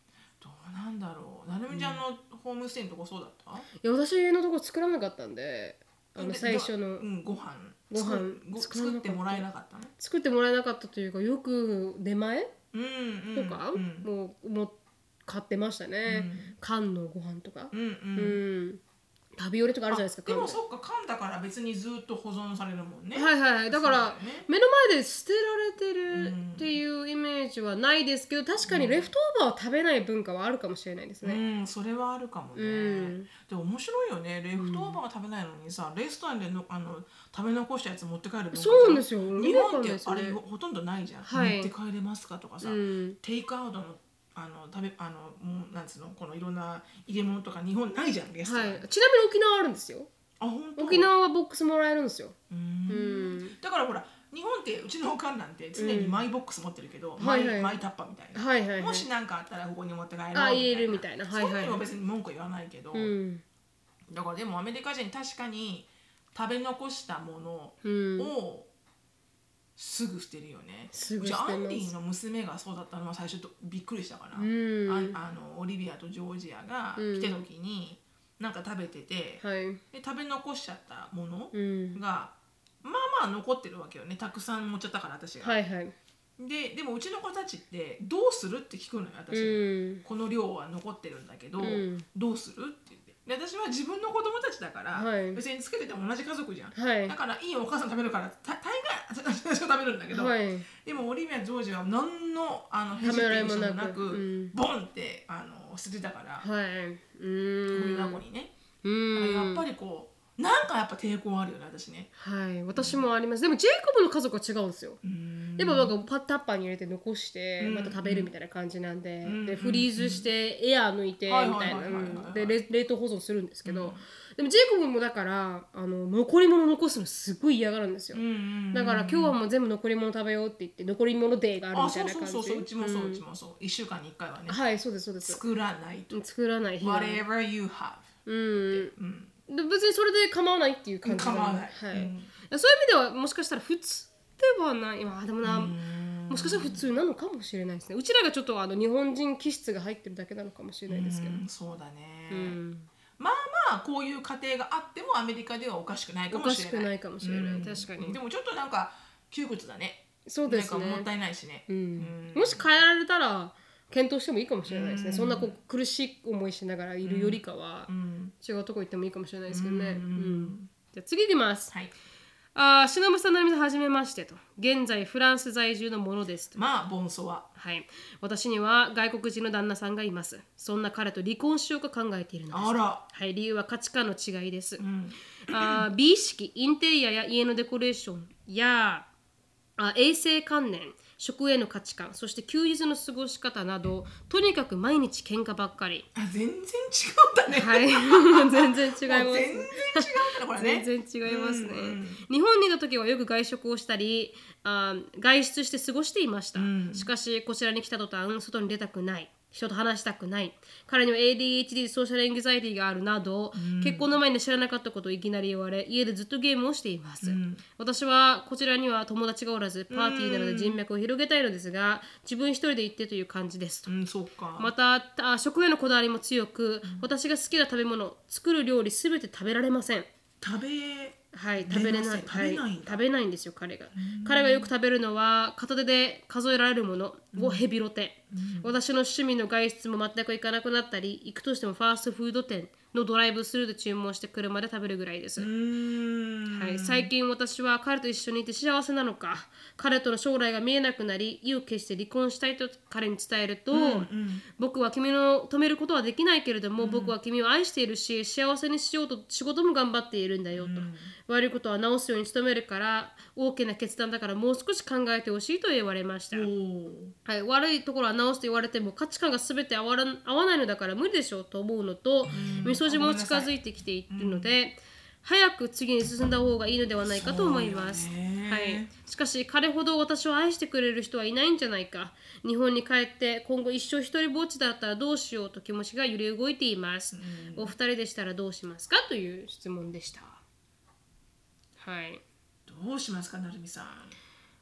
Speaker 2: どうなんだろう。なるみちゃんのホームステイのとこそうだった？
Speaker 1: いや私のとこ作らなかったんで、最初の
Speaker 2: ご飯作ってもらえなかったの？
Speaker 1: 作ってもらえなかったというか、よく出前とかもう買ってましたね。缶のご飯とか。食べ寄りとかあるじゃないですか。
Speaker 2: でもそっか、缶だから別にずっと保存されるもんね。
Speaker 1: はいはい。だから目の前で捨てられてるっていうイメージはないですけど、確かにレフトオーバーを食べない文化はあるかもしれないですね。
Speaker 2: それはあるかもね。でも面白いよね。レフトオーバーが食べないのにさ、レストランで食べ残したやつ持って帰る文化。
Speaker 1: そうなんですよ。
Speaker 2: 日本ってあれほとんどないじゃん。持って帰れますかとかさ、テイクアウトのなんつうの、このいろんな入れ物とか日本ないじゃん、レストラン。
Speaker 1: ちなみに沖縄あるんですよ。沖縄はボックスもらえるんですよ。
Speaker 2: だからほら、日本ってうちのおかんなんて常にマイボックス持ってるけど、マイタッパーみたいな、もし何かあったらここに持って帰ろうみたいな、
Speaker 1: 入れるみたいな、
Speaker 2: そういうのは別に文句言わないけど、だからでもアメリカ人確かに食べ残したものをすぐ捨てるよね。うちアンディの娘がそうだったのは最初びっくりしたから、オリビアとジョージアが来た時になんか食べてて、で食べ残しちゃったものがまあ残ってるわけよね。たくさん持っちゃったから私が。でもうちの子たちってどうするって聞くのよ、私。この量は残ってるんだけど、どうするって言って。で私は自分の子供たちだから、別につけてても同じ家族じゃん。だからいいお母さん食べるから大概私は食べるんだけど、でもオリビア・ジョージは何のヘジテーションもなくボンって捨ててたから、ゴミ箱にね。やっぱりこうなんかやっぱ抵抗あるよね、私ね。
Speaker 1: 私もあります。でもジェイコブの家族は違うんですよ。やっぱなんかタッパーに入れて残してまた食べるみたいな感じなんで、でフリーズしてエアー抜いてみたいなで冷凍保存するんですけど、でもジェイコブもだから残り物残すのすごい嫌がるんですよ。だから今日はもう全部残り物食べようって言って残り物デーがあるみたいな感じ。
Speaker 2: そううちもそう1週間に1回はね。
Speaker 1: はい、そうですそうです。
Speaker 2: 作らないと。
Speaker 1: 作らない日が。
Speaker 2: Whatever you have。
Speaker 1: 別にそれで構わないっていう感じ。
Speaker 2: 構わない。
Speaker 1: そういう意味ではもしかしたら普通ではない。でもな、もしかしたら普通なのかもしれないですね。うちらがちょっと日本人気質が入ってるだけなのかもしれないですけど。
Speaker 2: そうだね。まあこういう家庭があってもアメリカではおかしくないかもしれない。
Speaker 1: おかしくないかもしれない。確かに。
Speaker 2: でもちょっとなんか窮屈だね。
Speaker 1: そうですね。
Speaker 2: なんかもったいないしね。
Speaker 1: もし変えられたら検討してもいいかもしれないですね。そんな苦しい思いしながらいるよりかは違うとこ行ってもいいかもしれないですけどね。じゃあ次いきます。しのぶさん、なるみさん、はじめましてと。現在フランス在住のものですと。
Speaker 2: まあボンソワ。
Speaker 1: 私には外国人の旦那さんがいます。そんな彼と離婚しようか考えているのです。
Speaker 2: あら。
Speaker 1: 理由は価値観の違いです。美意識、インテリアや家のデコレーションや衛生観念、食への価値観、そして休日の過ごし方など、とにかく毎日喧嘩ばっかり。
Speaker 2: 全然違うんだね。
Speaker 1: 全然違います。
Speaker 2: 全然違うんだね、これね。
Speaker 1: 全然違いますね。日本にいた時はよく外食をしたり、外出して過ごしていました。しかしこちらに来た途端、外に出たくない。人と話したくない。彼には ADHD、ソーシャルエングザイティがあるなど、結婚の前に知らなかったことをいきなり言われ、家でずっとゲームをしています。私はこちらには友達がおらず、パーティーなどで人脈を広げたいのですが、自分一人で行ってという感じですと。また食へのこだわりも強く、私が好きな食べ物、作る料理すべて食べられません。
Speaker 2: 食べ
Speaker 1: れない。食べないんですよ、彼が。彼がよく食べるのは片手で数えられるものをヘビロテ。私の趣味の外出も全く行かなくなったり、行くとしてもファーストフード店のドライブスルーで注文して車で食べるぐらいです。最近私は彼と一緒にいて幸せなのか、彼との将来が見えなくなり、意を決して離婚したいと彼に伝えると、僕は君の止めることはできないけれども、僕は君を愛しているし、幸せにしようと仕事も頑張っているんだよと。悪いことは直すように努めるから大きな決断だからもう少し考えてほしいと言われました。悪いところは直すと言われても価値観が全て合わないのだから無理でしょうと思うのと、みそじも近づいてきているので、早く次に進んだ方がいいのではないかと思います。しかし彼ほど私を愛してくれる人はいないんじゃないか。日本に帰って今後一生一人ぼっちだったらどうしようと気持ちが揺れ動いています。お二人でしたらどうしますかという質問でした。
Speaker 2: どうしますか、なるみさん。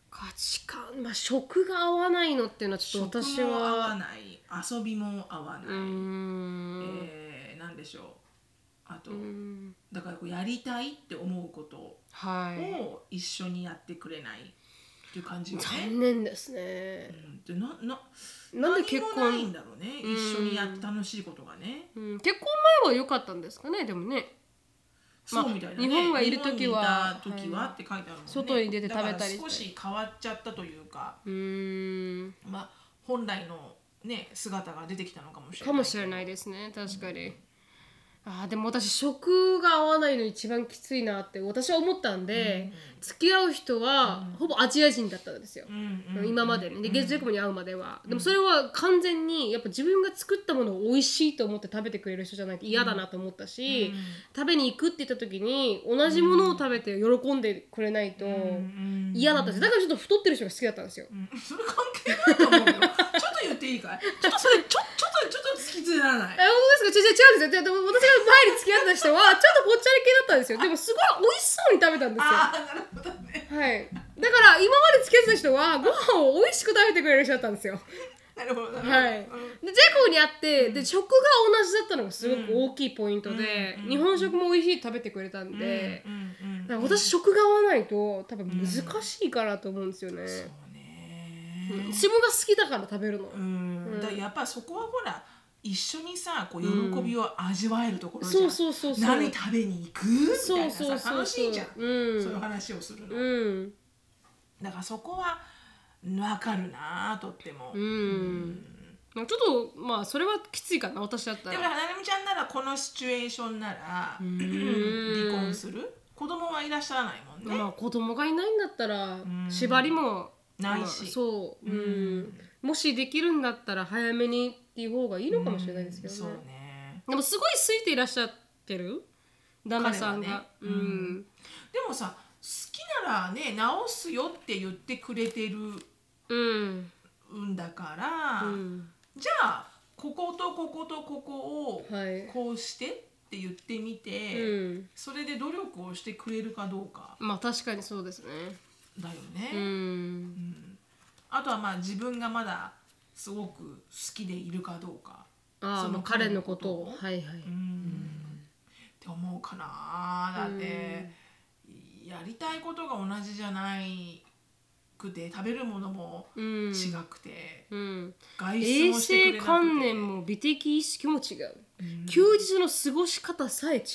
Speaker 1: 価値観、まあ食が合わないのっていうのはちょっと私は
Speaker 2: 食も合わない、遊びも合わない、なんでしょう、あとだからこうやりたいって思うことを一緒にやってくれないっていう感じよね。
Speaker 1: 残念ですね。
Speaker 2: でなんで結婚ないんだろうね、一緒にやって楽しいことがね。
Speaker 1: 結婚前は良かったんですかね、でもね。
Speaker 2: そうみたいなね。
Speaker 1: 日本がいる時は
Speaker 2: って書いてあるもんね。
Speaker 1: 外に出て食べたり
Speaker 2: 少し変わっちゃったというか、まあ本来のね姿が出てきたのかもしれない。
Speaker 1: かもしれないですね、確かに。でも私食が合わないの一番きついなって私は思ったんで、付き合う人はほぼアジア人だったんですよ、今までね。で月9に会うまでは、でもそれは完全にやっぱ自分が作ったものを美味しいと思って食べてくれる人じゃないと嫌だなと思ったし、食べに行くって言った時に同じものを食べて喜んでくれないと嫌だったし、だからちょっと太ってる人が好きだったんですよ。
Speaker 2: それ関係ないと思うよ。ちょっと言っていいかい？ちょっとそれちょっと好きつならない。
Speaker 1: 本当ですか？違うんですよ。でも私が前に付き合った人はちょっとぽっちゃり系だったんですよ。でもすごい美味しそうに食べたんですよ。
Speaker 2: なるほどね。
Speaker 1: はい。だから今まで付き合ってた人はご飯を美味しく食べてくれる人だったんですよ。
Speaker 2: なるほど。
Speaker 1: はい。でジェコに会ってで食が同じだったのがすごく大きいポイントで、日本食も美味しい食べてくれたんで、だから私食が合わないと多分難しいかなと思うんですよね。そうね。自分が好きだから食べるの。
Speaker 2: だからやっぱそこはほら。一緒にさこう喜びを味わえるところじゃん。何食べに行くみたいなさ楽しいじゃん、そういう話をするの、だからそこは分かるなとっても、ち
Speaker 1: ょっとまあそれはきついかな私だったら。
Speaker 2: でもななみちゃんならこのシチュエーションなら離婚する？子供はいらっしゃらないもんね。
Speaker 1: まあ子供がいないんだったら縛りも
Speaker 2: ないし、
Speaker 1: そう、もしできるんだったら早めにっていう方がいいのかもしれないですけどね。
Speaker 2: そうね。
Speaker 1: でもすごい好いていらっしゃってる旦那さんが、
Speaker 2: でもさ好きならね直すよって言ってくれてるんだから、じゃあこことこことここをこうしてって言ってみて、それで努力をしてくれるかどうか。
Speaker 1: まあ確かにそうですね。
Speaker 2: だよね。あとはまあ自分がまだすごく好きでいるかどうか。
Speaker 1: その彼のことを
Speaker 2: って思うかな。だってやりたいことが同じじゃないくて食べるものも違くて、
Speaker 1: 外出もしてくれなくて、衛生観念も美的意識も違う、休日の過ごし方さえ違う。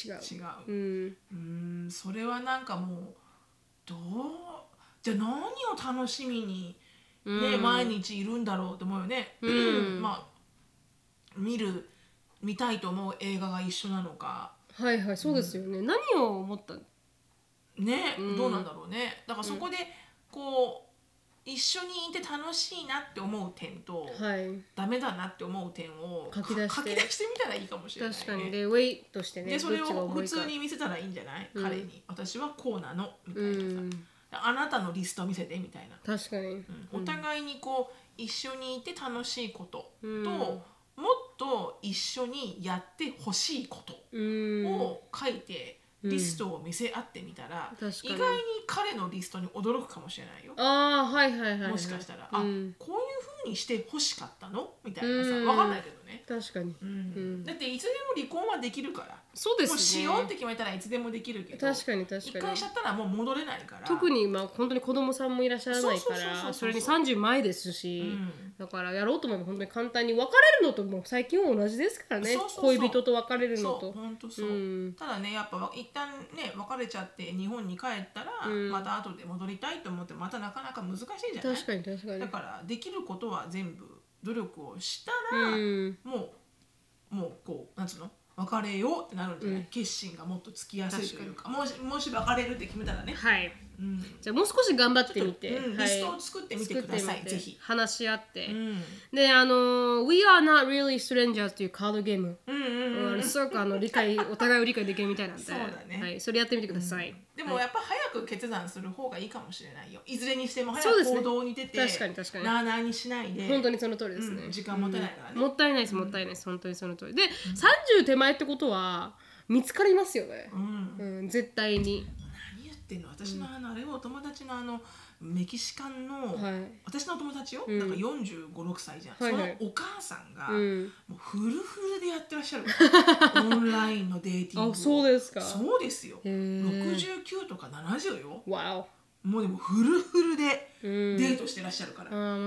Speaker 2: それはなんかもうじゃあ何を楽しみにね、毎日いるんだろうと思うよね。まあ見たいと思う映画が一緒なのか。
Speaker 1: はいはい、そうですよね。何を思った
Speaker 2: ね、どうなんだろうね。だからそこでこう一緒にいて楽しいなって思う点と、ダメだなって思う点を書き出してみたらいいかもしれないね。
Speaker 1: 確かに。でウェイトしてね。
Speaker 2: でそれを普通に見せたらいいんじゃない？彼に私はこうなのみたいなさ。あなたのリスト見せてみたいな。
Speaker 1: 確かに、
Speaker 2: お互いにこう一緒にいて楽しいことと、もっと一緒にやってほしいことを書いてリストを見せ合ってみたら、意外に彼のリストに驚くかもしれないよ。もしかしたらこういう風にしてほしかったのみたいなさ、分かんないけどね。
Speaker 1: 確かに、
Speaker 2: だっていつでも離婚はできるから。
Speaker 1: そうですね。
Speaker 2: もうしようって決めたらいつでもできるけど、
Speaker 1: 確かに
Speaker 2: 一回しちゃったらもう戻れないから。
Speaker 1: 特にまあ本当に子供さんもいらっしゃらないから、それに30前ですし、だからやろうと思えば本当に簡単に別れるのとも最近は同じですからね。恋人と別れるのと。
Speaker 2: 本当そう。ただね、やっぱ一旦ね別れちゃって日本に帰ったら、また後で戻りたいと思ってまたなかなか難しいじゃない。
Speaker 1: 確かに確かに。
Speaker 2: だからできることは全部努力をしたら、もうこうなんつうの、別れようってなるんじゃない？決心がもっとつきやすいというか、もし別れるって決めたらね。じ
Speaker 1: ゃあもう少し頑張ってみて、
Speaker 2: リストを作ってみてください。ぜひ
Speaker 1: 話し合って、でWe are not really strangers というカードゲーム、すごくお互いを理解できるみたいなんで、
Speaker 2: そうだね。
Speaker 1: それやってみてください。
Speaker 2: でもやっぱ早く決断する方がいいかもしれないよ。いずれにしても早く行動に出て、なあなあにしないで。
Speaker 1: 本当にその通りですね。
Speaker 2: 時間もったいないからね。
Speaker 1: もったいないです、もったいないです。本当にその通りで、30手前ってことは見つかりますよね。絶対に。
Speaker 2: 何言っってんの、私のあれはお友達のメキシカンの、
Speaker 1: はい、
Speaker 2: 私のお友達よ、なんか45、6歳じゃん、
Speaker 1: はいはい、
Speaker 2: そのお母さんが、もうフルフルでやってらっしゃるオンラインのデーティングを。
Speaker 1: あ、そうですか。
Speaker 2: そうですよ。69とか70よ。
Speaker 1: わお。
Speaker 2: もうでもフルフルでデートしてらっしゃるから。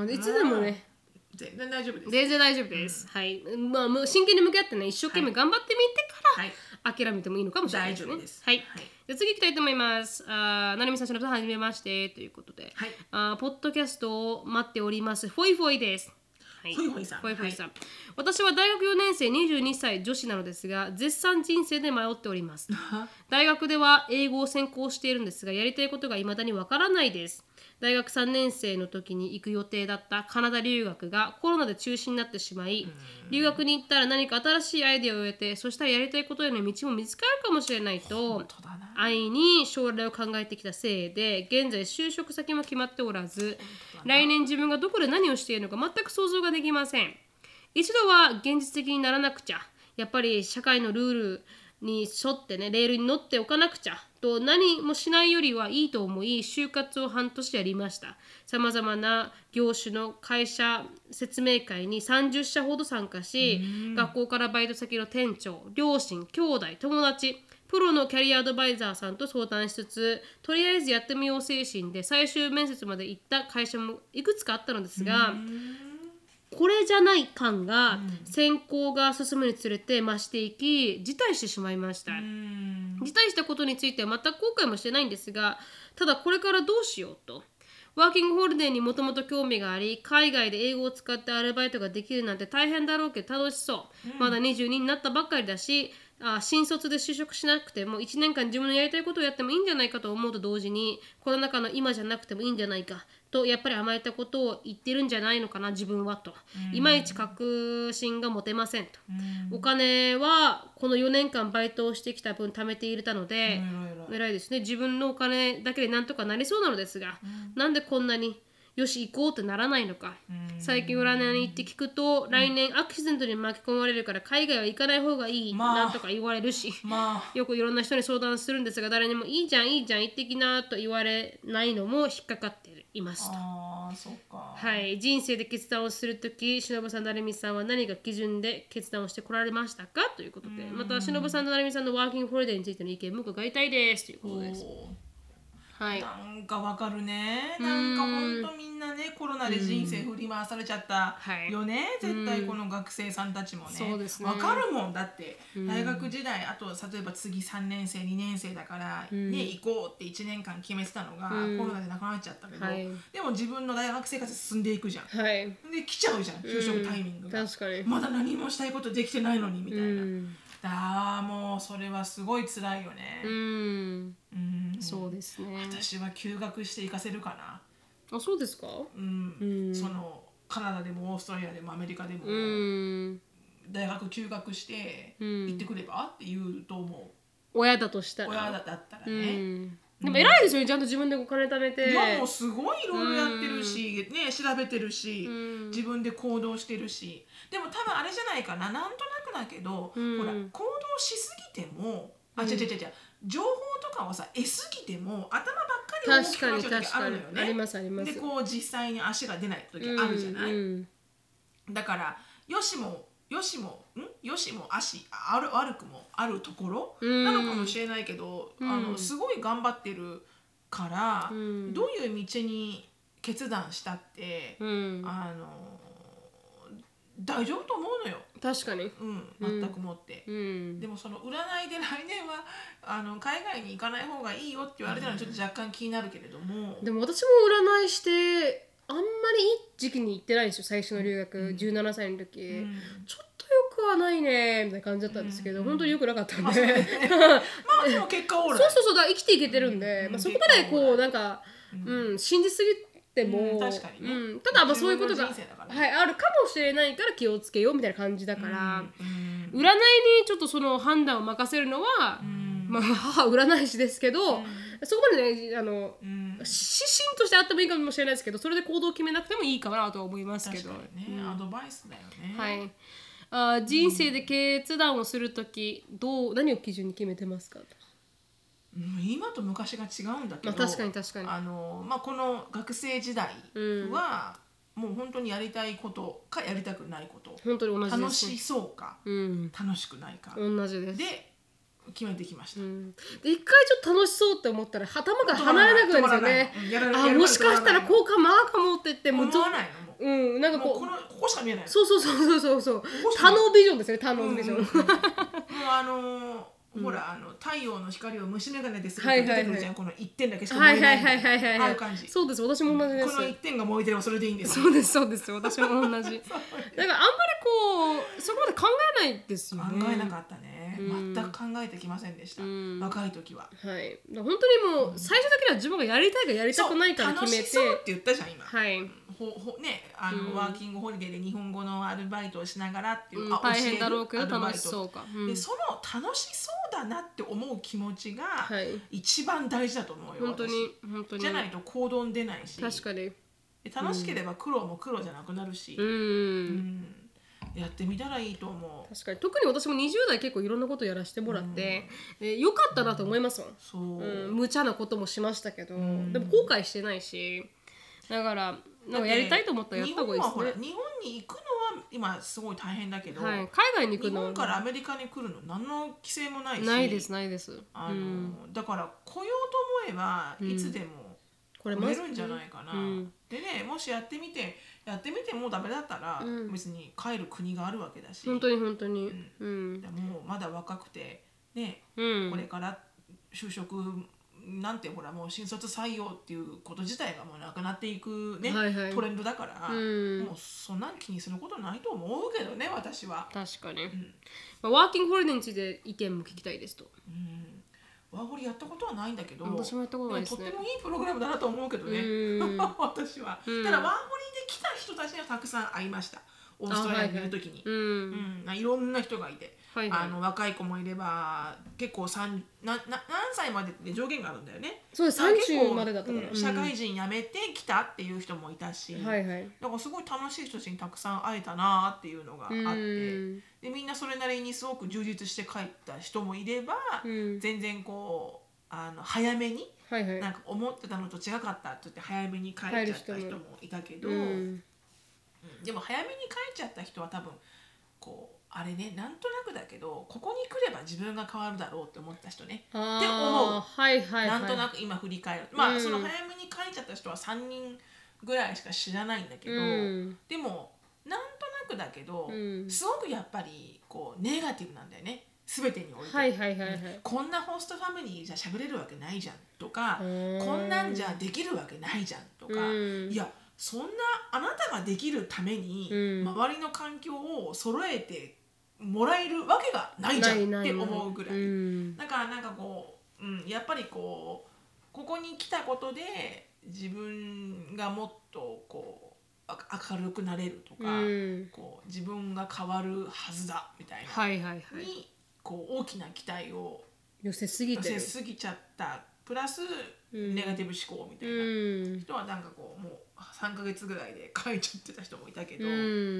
Speaker 1: いつでもね。
Speaker 2: 全然大丈夫です。
Speaker 1: 全然大丈夫です。はい。まあ真剣に向き合ってね、一生懸命頑張ってみてから諦めてもいいのかもしれないですね。
Speaker 2: 大丈夫です。
Speaker 1: はい。じゃあ次行きたいと思います。なるみさん、しのぶさん、はじめましてということで、ポッドキャストを待っております。フォイフォイです。
Speaker 2: はい、フォイフォイさん。
Speaker 1: フォイフォイさん。私は大学4年生22歳女子なのですが、絶賛人生で迷っております。大学では英語を専攻しているんですが、やりたいことが未だにわからないです。大学3年生の時に行く予定だったカナダ留学がコロナで中止になってしまい、留学に行ったら何か新しいアイデアを得て、そしたらやりたいことへの道も見つかるかもしれないと安易に将来を考えてきたせいで、現在就職先も決まっておらず、来年自分がどこで何をしているのか全く想像ができません。一度は現実的にならなくちゃ、やっぱり社会のルールに沿ってね、レールに乗っておかなくちゃと、何もしないよりはいいと思い、就活を半年やりました。さまざまな業種の会社説明会に30社ほど参加し、学校からバイト先の店長、両親、兄弟、友達、プロのキャリアアドバイザーさんと相談しつつ、とりあえずやってみよう精神で最終面接まで行った会社もいくつかあったのですが、これじゃない感が選考が進むにつれて増していき、辞退してしまいました。辞退したことについては全く後悔もしてないんですが、ただこれからどうしようと。ワーキングホリデーにもともと興味があり、海外で英語を使ってアルバイトができるなんて大変だろうけど楽しそう。まだ22になったばっかりだし、新卒で就職しなくても1年間自分のやりたいことをやってもいいんじゃないかと思うと同時に、コロナ禍の今じゃなくてもいいんじゃないかと、やっぱり甘えたことを言ってるんじゃないのかな自分はと、いまいち確信が持てませんと。お金はこの4年間バイトをしてきた分貯めていたので、偉いですね。自分のお金だけでなんとかなりそうなのですが、なんでこんなによし行こうってならないのか。最近占いに行って聞くと、来年アクシデントに巻き込まれるから海外は行かない方がいい、なんとか言われるし、よくいろんな人に相談するんですが、誰にもいいじゃんいいじゃん行ってきなと言われないのも引っかかっていますと。
Speaker 2: そうか。
Speaker 1: はい、人生で決断をするとき、しのぶさん、なるみさんは何が基準で決断をしてこられましたかということで、またしのぶさんとなるみさんのワーキングホリデーについての意見も伺いたいですということです。
Speaker 2: はい、なんかわかるね。なんかほんとみんなね、コロナで人生振り回されちゃったよね、絶対この学生さんたちもね。
Speaker 1: そうですね。
Speaker 2: わかるもん。だって大学時代、あと例えば次3年生2年生だからね、行こうって1年間決めてたのが、コロナでなくなっちゃったけど、でも自分の大学生活進んでいくじゃん。で来ちゃうじゃん、就職タイミングが。確かに。まだ何もしたいことできてないのにみたいな。もうそれはすごい辛いよね。
Speaker 1: そうですね。
Speaker 2: 私は休学して行かせるかな。
Speaker 1: あ、そうですか。
Speaker 2: そのカナダでもオーストラリアでもアメリカでも大学休学して行ってくればって言うと思う。
Speaker 1: 親だとしたら。
Speaker 2: 親だったらね。
Speaker 1: でも偉いですよね、ちゃんと自分でお金貯めて。
Speaker 2: いやもうすごいいろいろやってるし、ね、調べてるし、自分で行動してるし。でも多分あれじゃないかな、なんとなくだけど、ほら行動しすぎても、違う情報とかをさ得すぎても頭ばっかり大きくなっちゃう時あるのよね。
Speaker 1: ありますあります。
Speaker 2: でこう実際に足が出ない時あるじゃない。だからよしも足悪くもあるところなのかもしれないけど、すごい頑張ってるから、どういう道に決断したって、大丈夫と思うのよ。
Speaker 1: 確かに。
Speaker 2: 全くもって。でもその占いで来年は海外に行かない方がいいよって言われたのはちょっと若干気になるけれども。
Speaker 1: でも私も占いしてあんまりいい時期に行ってないんですよ、最初の留学、17歳の時。ちょっとよくはないねみたいな感じだったんですけど、本当によくなかったんで。まあ
Speaker 2: でも結果オーライ。
Speaker 1: そうだ、生きていけてるんで、そこまでこうなんか信じすぎても、
Speaker 2: 確かにね。
Speaker 1: ただそういうことがあるかもしれないから気をつけようみたいな感じだから、占いにちょっとその判断を任せるのは、まあ母占い師ですけど、そこまでね指針としてあってもいいかもしれないですけど、それで行動を決めなくてもいいかなとは思いますけど。
Speaker 2: 確かにね、アドバイスだよね。
Speaker 1: はい。人生で決断をするとき何を基準に決めてますかと。
Speaker 2: 今と昔が違うんだけど、
Speaker 1: 確かに確かに、
Speaker 2: この学生時代は、もう本当にやりたいことかやりたくないこと、
Speaker 1: 本当に同じです。
Speaker 2: 楽しそうか、楽しくないか
Speaker 1: 同じです。
Speaker 2: で決めてきました。
Speaker 1: で一回ちょっと楽しそうって思ったら頭が離れなくなるんですよね。もしかしたらこうかまあかもって言って
Speaker 2: 思わないの。
Speaker 1: なんかこ
Speaker 2: こしか見えない。
Speaker 1: そう他のビジョンですね、他のビジョン。
Speaker 2: ほら太陽の光を虫眼鏡でするって出てくるじゃん、この一点だけしか燃えないみたいな、ああいう感じ。
Speaker 1: そうです、私も同じです。
Speaker 2: この一点が燃えてればそれでいいんです。
Speaker 1: そうです、私も同じ。だからあんまりこうそこまで考えないですよね。
Speaker 2: 考えなかったね。全く考えてきませんでした。若い時は。
Speaker 1: はい。本当にもう最初だけは自分がやりたいかやりたくないか決めて。
Speaker 2: 楽しそうって言ったじゃん今。
Speaker 1: はい。
Speaker 2: ね、ワーキングホリデーで日本語のアルバイトをしながらっていう、
Speaker 1: 大変だろうけど楽しそうか。
Speaker 2: でその楽しそうだなって思う気持ちが一番大事だと思うよ。
Speaker 1: 本当に。
Speaker 2: じゃないと行動に出ないし。
Speaker 1: 確かに。
Speaker 2: 楽しければ苦労も苦労じゃなくなるし。やってみたらいいと思う。
Speaker 1: 確かに、特に私も20代結構いろんなことやらせてもらって、よかったなと思いますもん。無茶なこともしましたけど、でも後悔してないし、だからなんかやりたいと思ったらやった方がいいですね。
Speaker 2: 日本に行くのは今すごい大変だけど、
Speaker 1: 海外に行くの
Speaker 2: 日本からアメリカに来るの何の規制もないし、
Speaker 1: ないです。
Speaker 2: だから来ようと思えばいつでも来れるんじゃないかな。でね、もしやってみてもうダメだったら別に帰る国があるわけだし。
Speaker 1: 本当に。も
Speaker 2: うまだ若くてね、これから就職なんてほらもう新卒採用っていうこと自体がもうなくなっていくね、トレンドだから、もうそんなに気にすることないと思うけどね、私は。
Speaker 1: 確かに。ワーキングホリデーについて意見も聞きたいですと。
Speaker 2: ワーホリやったことはないんだけど、
Speaker 1: 私もやったことないですね。
Speaker 2: とってもいいプログラムだなと思うけどね、私は。ただワーホリで来た人たちにはたくさん会いました。オーストラリアにいる時に、いろんな人がいて、若い子もいれば結構何歳までって上限があるんだよね。
Speaker 1: そうです、30までだったから、
Speaker 2: 社会人辞めてきたっていう人もいたし、だからすごい楽しい人たちにたくさん会えたなっていうのがあって、でみんなそれなりにすごく充実して帰った人もいれば、全然こう早めに、なんか思ってたのと違かったって言って早めに帰っちゃった人もいたけど、でも早めに帰っちゃった人は多分こうあれね、なんとなくだけどここに来れば自分が変わるだろうって思った人ねって思う。なんとなく今振り返る、その早めに帰っちゃった人は3人ぐらいしか知らないんだけど、でもなんとなくだけど、すごくやっぱりこうネガティブなんだよね、全てにおいて。こんなホストファミリーじゃ喋れるわけないじゃんとか、こんなんじゃできるわけないじゃんとか、いやそんなあなたができるために周りの環境を揃えてもらえるわけがないじゃんって思うぐらい。だからなんかこう、やっぱりここに来たことで自分がもっとこう明るくなれるとか、こう自分が変わるはずだみたいなにこう大きな期待を
Speaker 1: 寄せすぎ
Speaker 2: ちゃった。プラスネガティブ思考みたいな人はなんかこうもう3ヶ月ぐらいで書いちゃってた人もいたけど、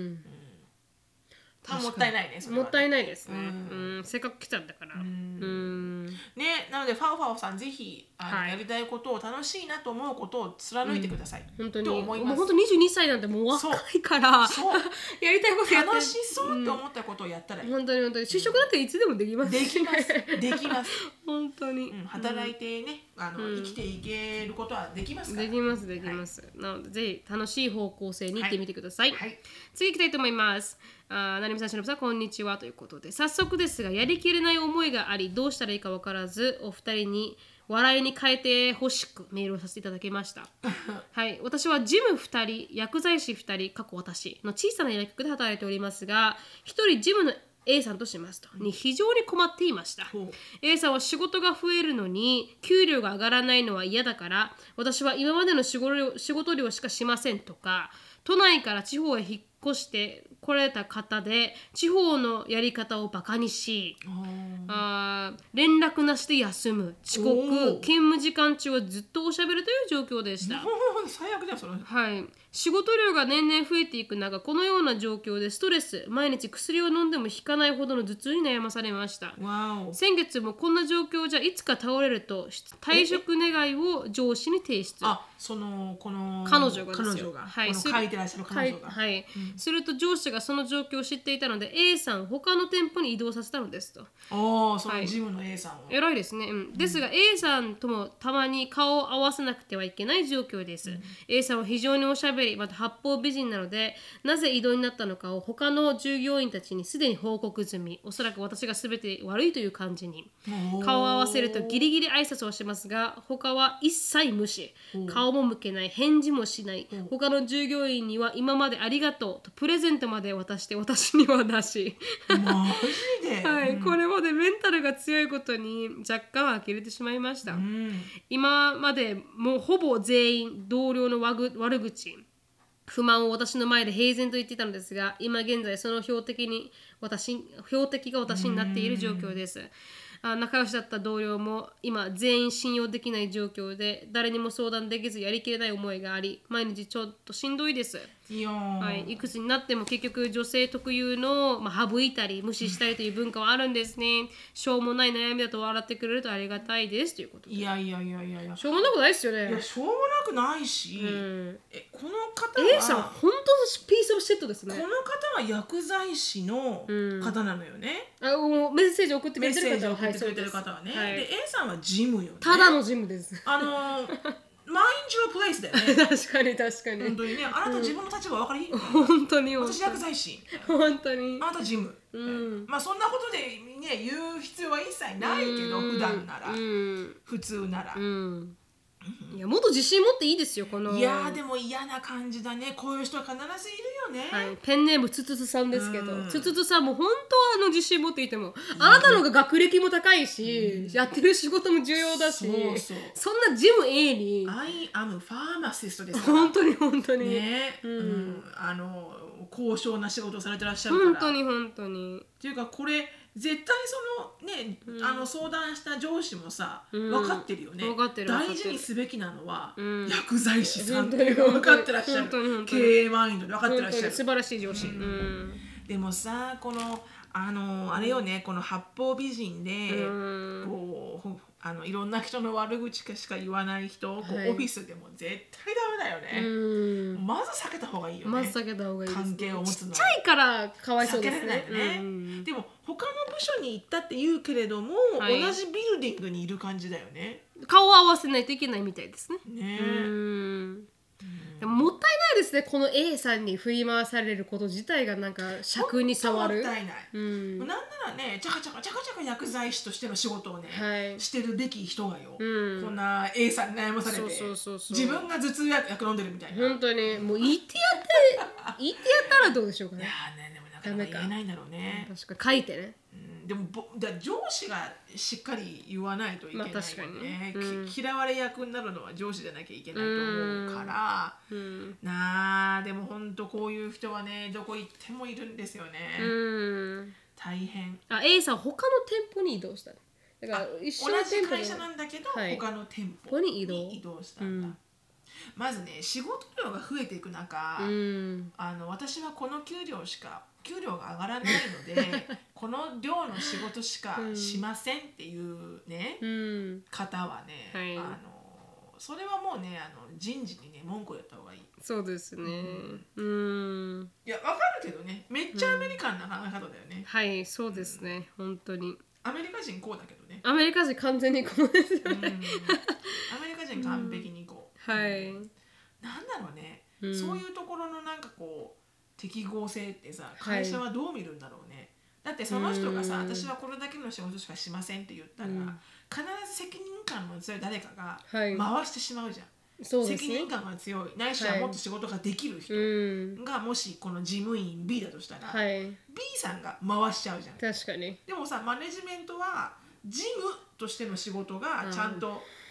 Speaker 2: もったいないね。
Speaker 1: もったいないですね。せっかく来ちゃったから。
Speaker 2: ね、なのでファオファオさんぜひやりたいことを楽しいなと思うことを貫いてください。
Speaker 1: 本当に。もう本当22歳なんてもう若いからやりたいことやって
Speaker 2: 楽しそうって思ったことをやったらいい。
Speaker 1: 本当に就職なんていつでもできます。
Speaker 2: できます。
Speaker 1: 本当に。
Speaker 2: 働いてね生きていけることはできますから。
Speaker 1: できます。なのでぜひ楽しい方向性に行ってみてください。次行きたいと思います。なるみさん、しのぶさん、こんにちはということで、早速ですがやりきれない思いがありどうしたらいいか分からずお二人に笑いに変えてほしくメールをさせていただきました。はい、私はジム2人、薬剤師2人、過去私の小さな薬局で働いておりますが、1人ジムの A さんとしますとに非常に困っていました。A さんは仕事が増えるのに給料が上がらないのは嫌だから私は今までの仕事量しかしませんとか、都内から地方へ引っ越してこられた方で、地方のやり方をバカにし、連絡なしで休む、遅刻、勤務時間中はずっとおしゃべりという状況でした。
Speaker 2: 最悪じゃんそれ。
Speaker 1: はい、仕事量が年々増えていく中、このような状況でストレス、毎日薬を飲んでも引かないほどの頭痛に悩まされました。先月もこんな状況じゃいつか倒れると退職願いを上司に提出。
Speaker 2: この
Speaker 1: 彼女がですよ。
Speaker 2: はい、書いてらっしゃる彼女が。
Speaker 1: はい、すると上司がその状況を知っていたので A さんを他の店舗に移動させたのですと。
Speaker 2: そのジムの A さんを。
Speaker 1: 偉いですね。ですが A さんともたまに顔を合わせなくてはいけない状況です。A さんは非常におしゃべり、また八方美人なので、なぜ異動になったのかを他の従業員たちにすでに報告済み、おそらく私が全て悪いという感じに。顔を合わせるとギリギリ挨拶をしますが、他は一切無視、顔も向けない、返事もしない。他の従業員には今までありがとうとプレゼントまで渡して私にはなし。
Speaker 2: マジで、
Speaker 1: はい、これまでメンタルが強いことに若干呆れてしまいました。今までもうほぼ全員同僚の悪口、不満を私の前で平然と言っていたのですが、今現在その標的が私になっている状況です。仲良しだった同僚も今全員信用できない状況で、誰にも相談できずやりきれない思いがあり、毎日ちょっとしんどいです。いくつになっても結局女性特有の、省いたり無視したりという文化はあるんですね。しょうもない悩みだと笑ってくれるとありがたいですということで。
Speaker 2: いや
Speaker 1: しょうもなくないですよね。
Speaker 2: いやしょうもなくないし、この方
Speaker 1: は A さん本当ピースオブシットですね。
Speaker 2: この方は薬剤師の方なのよね。
Speaker 1: もうメッセージ送ってくれてる
Speaker 2: 方はね。で A さんはジムよね。
Speaker 1: ただのジムです。
Speaker 2: マインドプレイスだよね。
Speaker 1: 確かに
Speaker 2: 本当にね、あなた自分の立場分かり？
Speaker 1: 本当に
Speaker 2: 私薬剤師。
Speaker 1: 本当に。
Speaker 2: あなたジム。そんなことでね言う必要は一切ないけど、普段なら、普通なら。
Speaker 1: いやもっと自信持っていいですよこの。
Speaker 2: いやでも嫌な感じだね。こういう人は必ずいるよね。
Speaker 1: ペンネームつつつさんですけど、つつつさんも本当は自信持っていても、あなたの方が学歴も高いし、やってる仕事も重要だし、そんなジム A に
Speaker 2: I am pharmacist ですから。
Speaker 1: 本当に
Speaker 2: ね、高尚な仕事をされてらっしゃるから。
Speaker 1: 本当に
Speaker 2: っていうかこれ絶対そのね、相談した上司もさ、分かってるよね。大事にすべきなのは、薬剤師さんっていうの分かってらっしゃる。経営マインドで分かってらっしゃる。
Speaker 1: 素晴らしい上司。
Speaker 2: でもさ、このあれよね、この八方美人でこういろんな人の悪口しか言わない人、オフィスでも絶対ダメだよね。まず避けた方がいいよね。
Speaker 1: まず避けた方がいいです。
Speaker 2: 関係を持つの。
Speaker 1: ちっちゃいからかわいそうですね。
Speaker 2: でも他の部署に行ったって言うけれども、同じビルディングにいる感じだよね。
Speaker 1: 顔を合わせないといけないみたいですね。でももったいないですね。この A さんに振り回されること自体がなんか尺に触る。
Speaker 2: もったいない。なんならね、ちゃかちゃか薬剤師としての仕事をね、してるべき人がよ、こんな A さんに悩まされて、自分が頭痛薬飲んでるみたいな。
Speaker 1: 本当にもう言ってやったらどうでしょうかね。
Speaker 2: いやね、でもなかなか言えないんだろうね。
Speaker 1: 確かに書いてね。
Speaker 2: でも上司がしっかり言わないといけないよね。嫌われ役になるのは上司じゃなきゃいけないと思うから、でも本当こういう人はね、どこ行ってもいるんですよね。大変。
Speaker 1: A さん他の店舗に移動しただから
Speaker 2: 同じ会社なんだけど、他の店舗に移動したんだ。まずね、仕事量が増えていく中、私はこの給料が上がらないのでこの量の仕事しかしませんっていうね、方はね、それはもうね、人事にね文句を言った方がいい。
Speaker 1: そうですね。
Speaker 2: いやわかるけどね、めっちゃアメリカンな考え方だよね。
Speaker 1: はい、そうですね、本当に。
Speaker 2: アメリカ人こうだけどね。
Speaker 1: アメリカ人完全にこうですよね。
Speaker 2: アメリカ人完璧にこう。なんだろうね、そういうところのなんかこう適合性ってさ、会社はどう見るんだろうね。だってその人がさ、私はこれだけの仕事しかしませんって言ったら、必ず責任感の強い誰かが回してしまうじゃん。責任感が強い、ないしはもっと仕事ができる人がもしこの事務員 B だとしたら、B さんが回しちゃうじゃん。
Speaker 1: 確かに。
Speaker 2: でもさ、マネジメントは事務としての仕事がちゃんと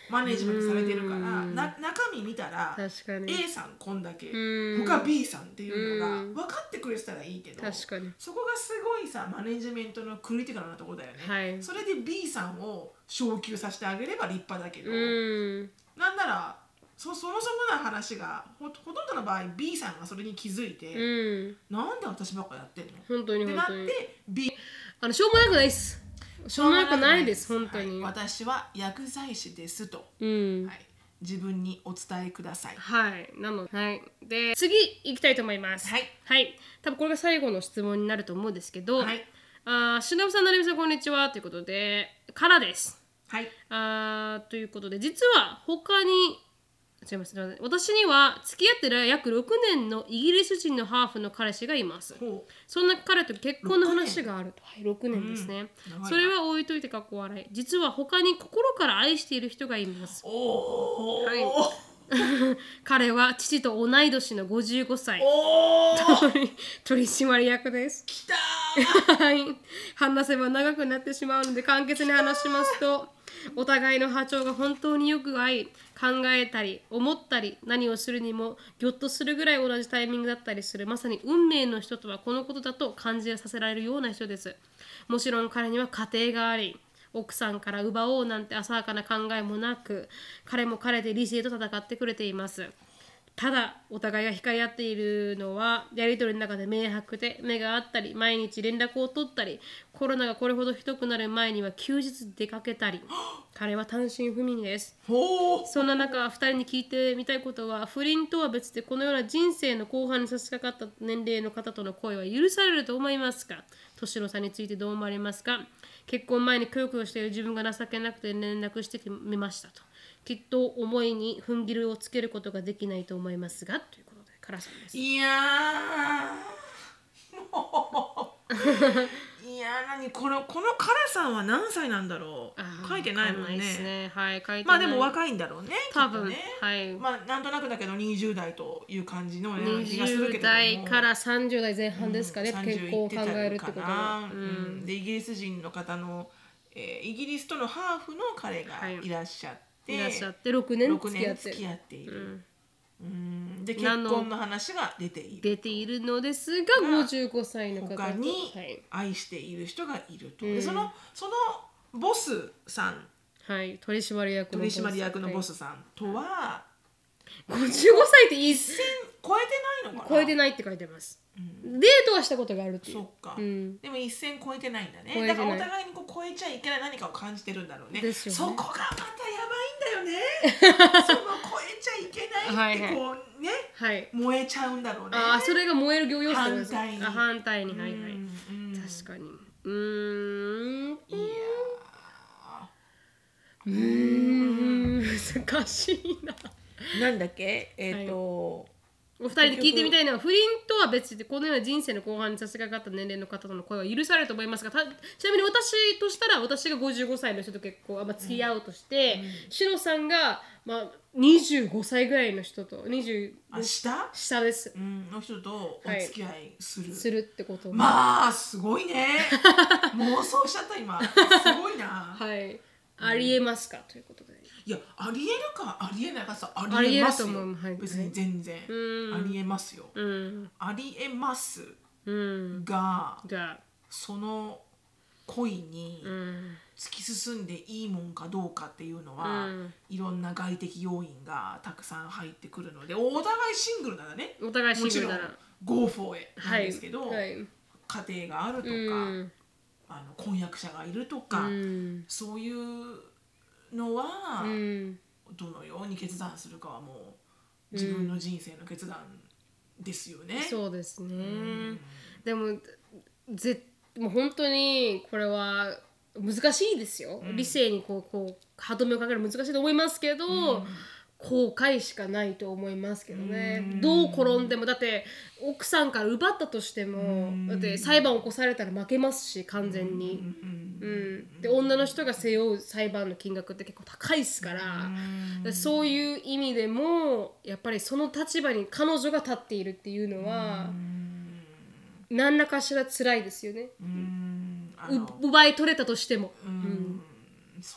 Speaker 2: マネジメントされてるから中身見たら A さんこんだけ他 B さんっていうのが分かってくれてたらいいけど、
Speaker 1: 確かに
Speaker 2: そこがすごいさマネジメントのクリティカルなところだよね、
Speaker 1: はい、
Speaker 2: それで B さんを昇給させてあげれば立派だけど、なんならそもそもの話がほとんどの場合 B さんがそれに気づいて、なんで私ばっかやってんの
Speaker 1: 本当に
Speaker 2: ってなって B
Speaker 1: しょうもなくないです。しょうもなくないです本当に、
Speaker 2: はい、私は薬剤師ですと、はい、自分にお伝えください。
Speaker 1: はいなので、はい、で次行きたいと思います。
Speaker 2: はい、
Speaker 1: はい、多分これが最後の質問になると思うんですけど、はい、しのぶさん、なるみさん、こんにちはということでからです。
Speaker 2: はい、
Speaker 1: ということで実は他に私には付き合ってる約6年のイギリス人のハーフの彼氏がいます。そんな彼と結婚の話があると。はい、6年ですね、それは置いといてかっこ笑い。実は他に心から愛している人がいます。はい、彼は父と同い年の55歳取締役です。
Speaker 2: きた
Speaker 1: はい、話せば長くなってしまうので簡潔に話しますと、お互いの波長が本当によく合い、考えたり思ったり何をするにもギョッとするぐらい同じタイミングだったりする、まさに運命の人とはこのことだと感じさせられるような人です。もちろん彼には家庭があり、奥さんから奪おうなんて浅はかな考えもなく、彼も彼で理性と戦ってくれています。ただお互いが光り合っているのはやり取りの中で明白で、目があったり毎日連絡を取ったり、コロナがこれほどひどくなる前には休日出かけたり、彼は単身赴任です。そんな中2人に聞いてみたいことは、不倫とは別でこのような人生の後半に差し掛かった年齢の方との恋は許されると思いますか？年の差についてどう思われますか？結婚前にくよくよしている自分が情けなくて連絡してみましたと。きっと思いに踏ん切りをつけることができないと思いますが、ということでカラさんです。
Speaker 2: いやもういや何このカラさんは何歳なんだろう、書いてないもんね。
Speaker 1: ですね、はい、書いてない。
Speaker 2: まあでも若いんだろうね、
Speaker 1: 多分
Speaker 2: ね、
Speaker 1: はい、
Speaker 2: まあなんとなくだけど20代という感じの気がするけ
Speaker 1: ども、20
Speaker 2: 代
Speaker 1: から30代前半ですかね、結婚を考えるってことは、
Speaker 2: でイギリス人の方の、イギリスとのハーフの彼がいらっしゃって、
Speaker 1: いらっしゃって6年付
Speaker 2: き合っている、で結婚の話が出ている
Speaker 1: のですが、55歳の方
Speaker 2: 他に愛している人がいると、でそのボスさん、
Speaker 1: はい、取締役
Speaker 2: のボスさんとは、
Speaker 1: 55歳って
Speaker 2: 一線超えてないのかな。
Speaker 1: 超えてないって書いてます、デートはしたことがあるっていう。
Speaker 2: そっか、でも一線超えてないんだね。だからお互いに超えちゃいけない何かを感じてるんだろうね。
Speaker 1: ですよね。
Speaker 2: そこがまたやばいんだよねその超えちゃいけないってこうね、はい、燃えちゃうんだろうね。
Speaker 1: それが燃える要素
Speaker 2: ですね。
Speaker 1: 反対に、はいはい、確かに。いや難しいな。
Speaker 2: なんだっけ、
Speaker 1: お二人に聞いてみたいのは、不倫とは別でこのような人生の後半に差し掛かった年齢の方との恋は許されると思いますが、ちなみに私としたら、私が55歳の人と結構付き合うとして、シロさんが、25歳ぐらいの人と下です、
Speaker 2: の人とお付き合い
Speaker 1: するってこと。
Speaker 2: まあすごいね妄想しちゃった今、すごいな
Speaker 1: はい、ありえますか、ということで。
Speaker 2: いや、ありえるかありえないかさ、ありえますよ、別に全然ありえますよ、ありえますが、その恋に突き進んでいいもんかどうかっていうのは、いろんな外的要因がたくさん入ってくるので、お互いシングルならね、
Speaker 1: お互いシングルなら
Speaker 2: Go for it なんですけど、家庭があるとか、婚約者がいるとか、そういうのは、どのように決断するかはもう自分の人生の決断ですよね。
Speaker 1: そうですね、でももう本当にこれは難しいですよ、理性にこう歯止めをかけるの難しいと思いますけど、後悔しかないと思いますけどね。どう転んでも、だって奥さんから奪ったとしても、だって裁判を起こされたら負けますし、完全に、で女の人が背負う裁判の金額って結構高いですから、そういう意味でもやっぱりその立場に彼女が立っているっていうのは何らかしら辛いですよね。奪い取れたとしても、
Speaker 2: そう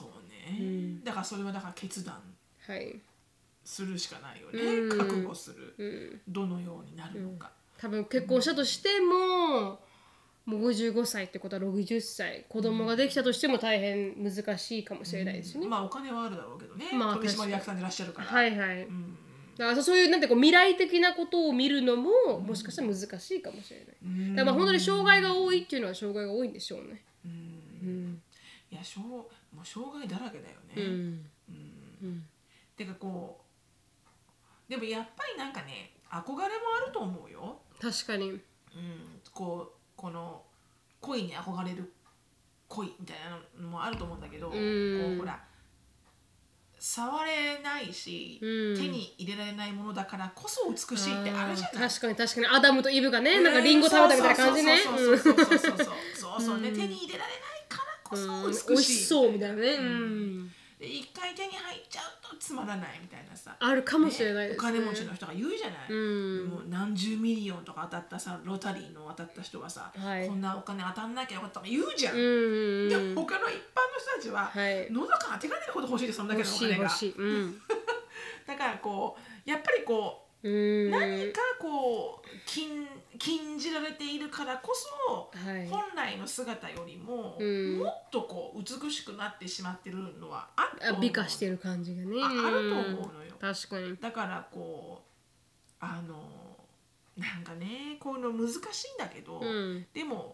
Speaker 2: ね、だからそれはだから決断するしかないよね、覚悟する、どのようになるのか、
Speaker 1: 多分結婚したとしても、もう55歳ってことは60歳子供ができたとしても大変難しいかもしれないですよね、
Speaker 2: まあお金はあるだろうけどね、取締役さんでいらっしゃるから、
Speaker 1: はいはい、だからそういうなんてこう未来的なことを見るのももしかしたら難しいかもしれない、だからまあ本当に障害が多いっていうのは障害が多いんでしょうね、
Speaker 2: いやもう障害だらけだよね、てかこうでもやっぱりなんかね憧れもあると思うよ、
Speaker 1: 確かに、
Speaker 2: この恋に憧れる恋みたいなのもあると思うんだけど、こうほら触れないし、手に入れられないものだからこそ美しいってあるじゃない。
Speaker 1: 確かに確かに、アダムとイブがね、なんかリンゴ食べたみたいな感じね、
Speaker 2: そうね、手に入れられないからこそ美しい、
Speaker 1: 美味しそうみたいなね、
Speaker 2: で一回手に入っちゃうとつまらないみたいなさ、
Speaker 1: あるかもしれないですね、
Speaker 2: お金持ちの人が言うじゃない、もう何十ミリオンとか当たったさ、ロタリーの当たった人はさ、こんなお金当たんなきゃよかったとか言うじゃん、でも他の一般の人たちは、喉から当てが出るほど欲しいで、そんだけのお金がだからこうやっぱりこう何かこう禁じられているからこそ、本来の姿よりも、もっとこう美しくなってしまってるのはあると思う、
Speaker 1: 美化してる感じがね、
Speaker 2: あると思うのよ、
Speaker 1: 確かに、
Speaker 2: だからこうなんかねこういうの難しいんだけど、でも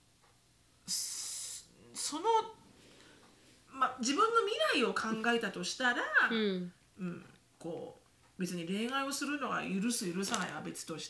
Speaker 2: その自分の未来を考えたとしたら、こう別に恋愛をするのが許す許さないは別として、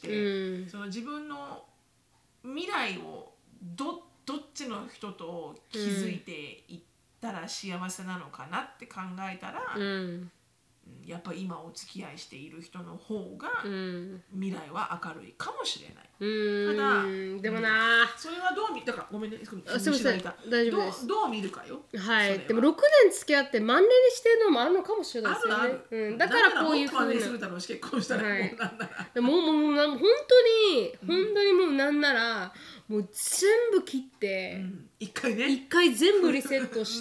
Speaker 2: その自分の未来をどっちの人と築いていったら幸せなのかなって考えたら、やっぱり今お付き合いしている人の方が未来は明るいかもしれない。ただ
Speaker 1: でもな、
Speaker 2: それはどう見だからごめんね、
Speaker 1: すみません、大丈夫です。
Speaker 2: どう見るかよ。
Speaker 1: はい。でも6年付き合ってマンネリしてるのもあるのかもしれないですよね。だからこういうふうな。
Speaker 2: マンネリするだろうし、結婚したらもうなんなら。
Speaker 1: でも本当にもうなんならもう全部切って、
Speaker 2: 一回ね。
Speaker 1: 一回全部リセットして、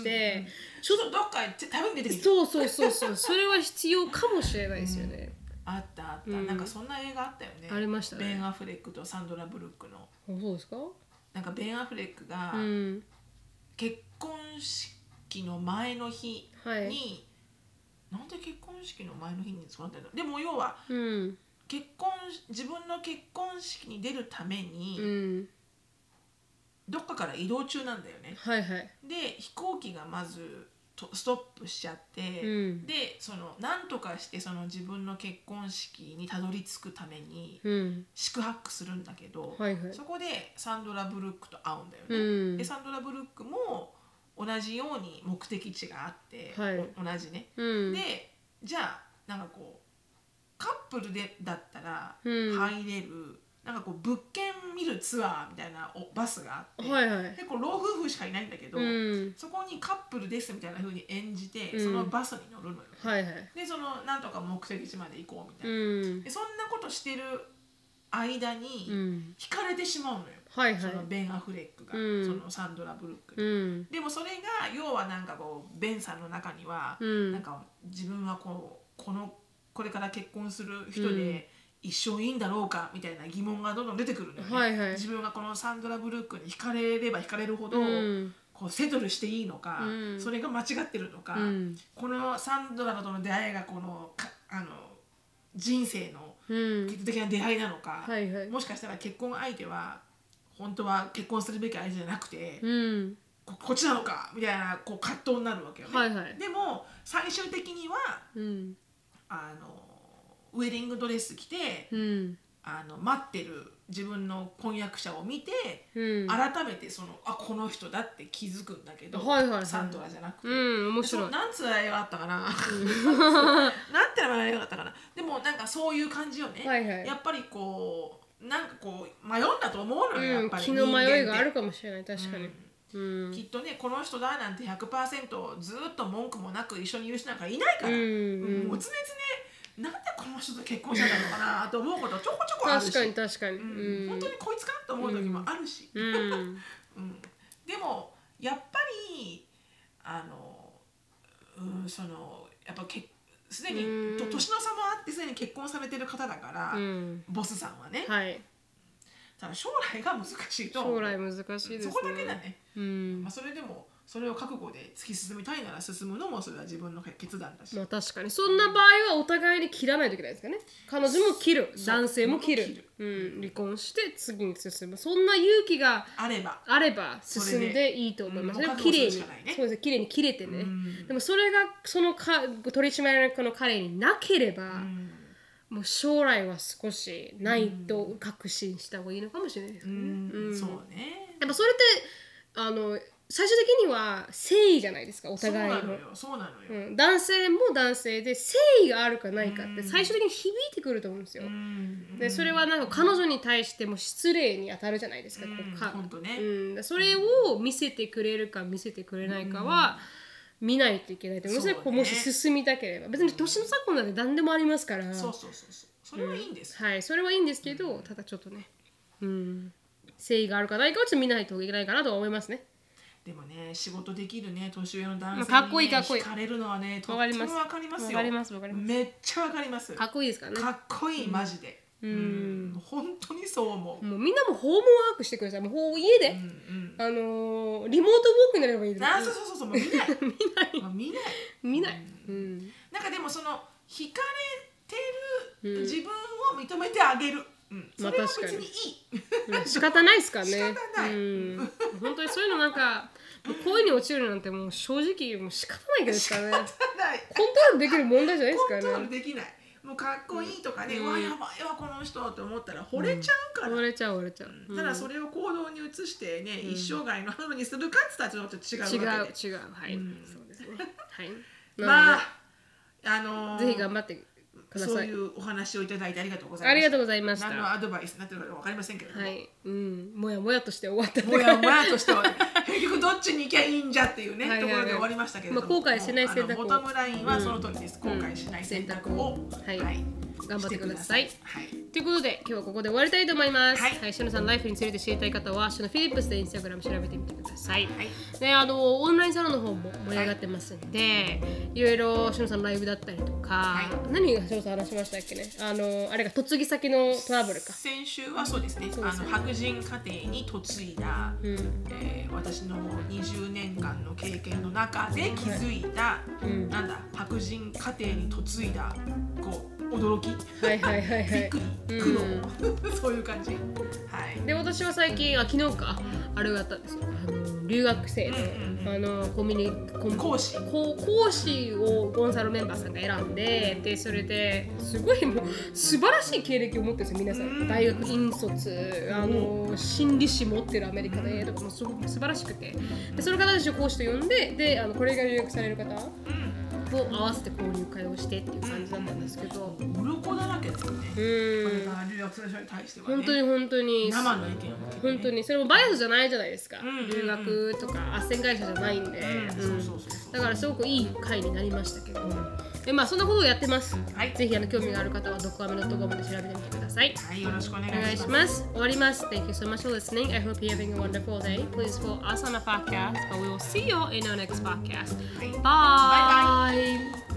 Speaker 2: ちょっとどっか旅に出てみる。
Speaker 1: そうそれは必要かもしれないですよね。
Speaker 2: あった、なんかそんな映画あったよね。
Speaker 1: ありましたね。
Speaker 2: ベン・アフレックとサンドラ・ブルックの。
Speaker 1: そうですか？
Speaker 2: なんかベン・アフレックが結婚式の前の日に、なんで結婚式の前の日に使ってんだ。でも要は、自分の結婚式に出るために、どっかから移動中なんだよね。で飛行機がまずストップしちゃって、で何とかして自分の結婚式にたどり着くために宿泊するんだけど、そこでサンドラ・ブルックと会うんだよね。でサンドラ・ブルックも同じように目的地があって、同じね、でじゃあなんかこうカップルだったら入れる、なんかこう物件見るツアーみたいなバスがあって、結構老夫婦しかいないんだけど、そこにカップルですみたいな風に演じて、そのバスに乗るのよ、でなんとか目的地まで行こうみたいな、でそんなことしてる間に惹かれてしまうのよ、そのベン・アフレックが、そのサンドラ・ブルックに、でもそれが要はなんかこうベンさんの中には、なんか自分はこれから結婚する人で、一生いいんだろうかみたいな疑問がどんどん出てくるのよね、自分がこのサンドラ・ブルックに惹かれれば惹かれるほど、こうセトルしていいのか、それが間違ってるのか、このサンドラとの出会いが人生の決定的な出会いなのか、もしかしたら結婚相手は本当は結婚するべき相手じゃなくて、こっちなのかみたいな葛藤になるわけよね、でも最終的には、ウェディングドレス着て、待ってる自分の婚約者を見て、改めてこの人だって気づくんだけど、サンドラじゃなくて、面白い。なんつう映画あったかななんて名前があったかな。でもなんかそういう感じよね、やっぱりこうなんかこう迷うんだと思うのよ、やっぱり
Speaker 1: 気の迷いがあるかもしれない、確かに、
Speaker 2: きっとね、この人だなんて 100% ずっと文句もなく一緒にいる人なんかいないから、もう常々ね、なんでこの人と結婚したのかなと思うことちょこちょこあるし、
Speaker 1: 確かに、
Speaker 2: 本当にこいつかと思う時もあるし、でもやっぱりそのやっぱすでに年の差もあってすでに結婚されてる方だから、ボスさんはね、
Speaker 1: はい、
Speaker 2: ただ将来が難しいと
Speaker 1: 将来難しいですね。
Speaker 2: そこだけだね、まあ、それでもそれを覚悟で突き進みたいなら進むのもそれは自分の決断だし、
Speaker 1: まあ確かにそんな場合はお互いに切らないといけないですかね。彼女も切る、男性も切る、離婚して次に進む、そんな勇気があれば進んでいいと思います。それも綺麗に、そうですね、綺麗に切れてね、でもそれがその取締役の彼になければ、もう将来は少しないと確信した方がいいのかもしれないですね。
Speaker 2: そうね。
Speaker 1: やっぱそれって最終的には誠意じゃないですか、お互いの。
Speaker 2: そうなのよ。
Speaker 1: 男性も男性で誠意があるかないかって最終的に響いてくると思うんですよ。でそれはなんか彼女に対しても失礼に当たるじゃないですか。
Speaker 2: 本当ね。
Speaker 1: それを見せてくれるか見せてくれないかは見ないといけないと思うんですね。もし進みたければ。別に年の差婚なんて何でもありますから。
Speaker 2: そう。それはいいんです。
Speaker 1: はい、それはいいんですけど、ただちょっとね、誠意があるかないかはちょっと見ないといけないかなと思いますね。
Speaker 2: でもね、仕事できるね、年上の男性に、
Speaker 1: かっこいい
Speaker 2: 惹かれるのはね、とっても分かりますよ。めっちゃ分かります。
Speaker 1: かっこいいですからね。
Speaker 2: かっこいい、マジで。本当にそう思う。
Speaker 1: もうみんなも訪問ワークしてください。もう家で、リモートウォークになればいいです。
Speaker 2: そう、もう見ない。
Speaker 1: 見ない。
Speaker 2: なんかでもその惹かれてる自分を認めてあげる。それは別にいい。
Speaker 1: 仕方ないですからね。仕方ない。本当にそういうのなんか恋に落ちるなんてもう正直もう仕方ないですからね。コントロールできる問題じゃないですからね。
Speaker 2: コントロールできない。もうかっこいいとかね、うわやばいわこの人って思ったら惚れちゃうから。
Speaker 1: 惚れちゃう。
Speaker 2: ただそれを行動に移してね、一生涯のものにするかって言ったらちょっと違うわけで。
Speaker 1: 違う。はい。そうですね。はい。
Speaker 2: まあ
Speaker 1: ぜひ頑張ってください。
Speaker 2: そういうお話をいただいてありがとうございました。
Speaker 1: ありがとうございました。
Speaker 2: 何のアドバイスになってるかわかりませんけれども。
Speaker 1: はい。もやもやとして終わった。
Speaker 2: もやもやとして終わった。結局どっちに行きゃいいんじゃっていうねところで終わりましたけれども。
Speaker 1: 後悔しない選択を。
Speaker 2: ボトムラインはその通りです。後悔しない選択を。はい。
Speaker 1: 頑張ってください。ということで今日はここで終わりたいと思います。シノさんライフについて知りたい方はシノフィリップスでインスタグラム調べてみてください。でオンラインサロンの方も盛り上がってますんで、いろいろシノさんのライブだったりとか、何がシノさん話しましたっけね。あれが嫁ぎ先のトラブルか。
Speaker 2: 先週はそうですね。白人家庭に嫁いだ、私の20年間の経験の中で気づいた、なんだ白人家庭に嫁いだこう驚き、びっくり、苦悩、そういう感じ。
Speaker 1: で私は最近昨日かあれがあったんですよ。留学生の講師をゴンサロメンバーさんが選んで、でそれですごいもう素晴らしい経歴を持ってるんですよ皆さん。大学院卒、心理師持ってるアメリカでとかもすごく素晴らしくて、でその方たちを講師と呼んで、でこれが留学される方を合わせて交流会をしてっていう感じだったんですけど、
Speaker 2: 鱗だらけだよね。これから留学する人に対してはね。
Speaker 1: 本当に
Speaker 2: 生の意見を
Speaker 1: 本当にそれもバイアスじゃないじゃないですか。留学とか斡旋会社じゃないんで、だからすごくいい会になりましたけど、まあそんなことをやってます。ぜひ興味がある方はドクアメ.comで調べてみてください。
Speaker 2: はい、よろしくお願いし
Speaker 1: ます。終わります。Thank you so much for listening. I hope you're having a wonderful day. Please follow us on our podcast, but we will see you in our next podcast. Bye.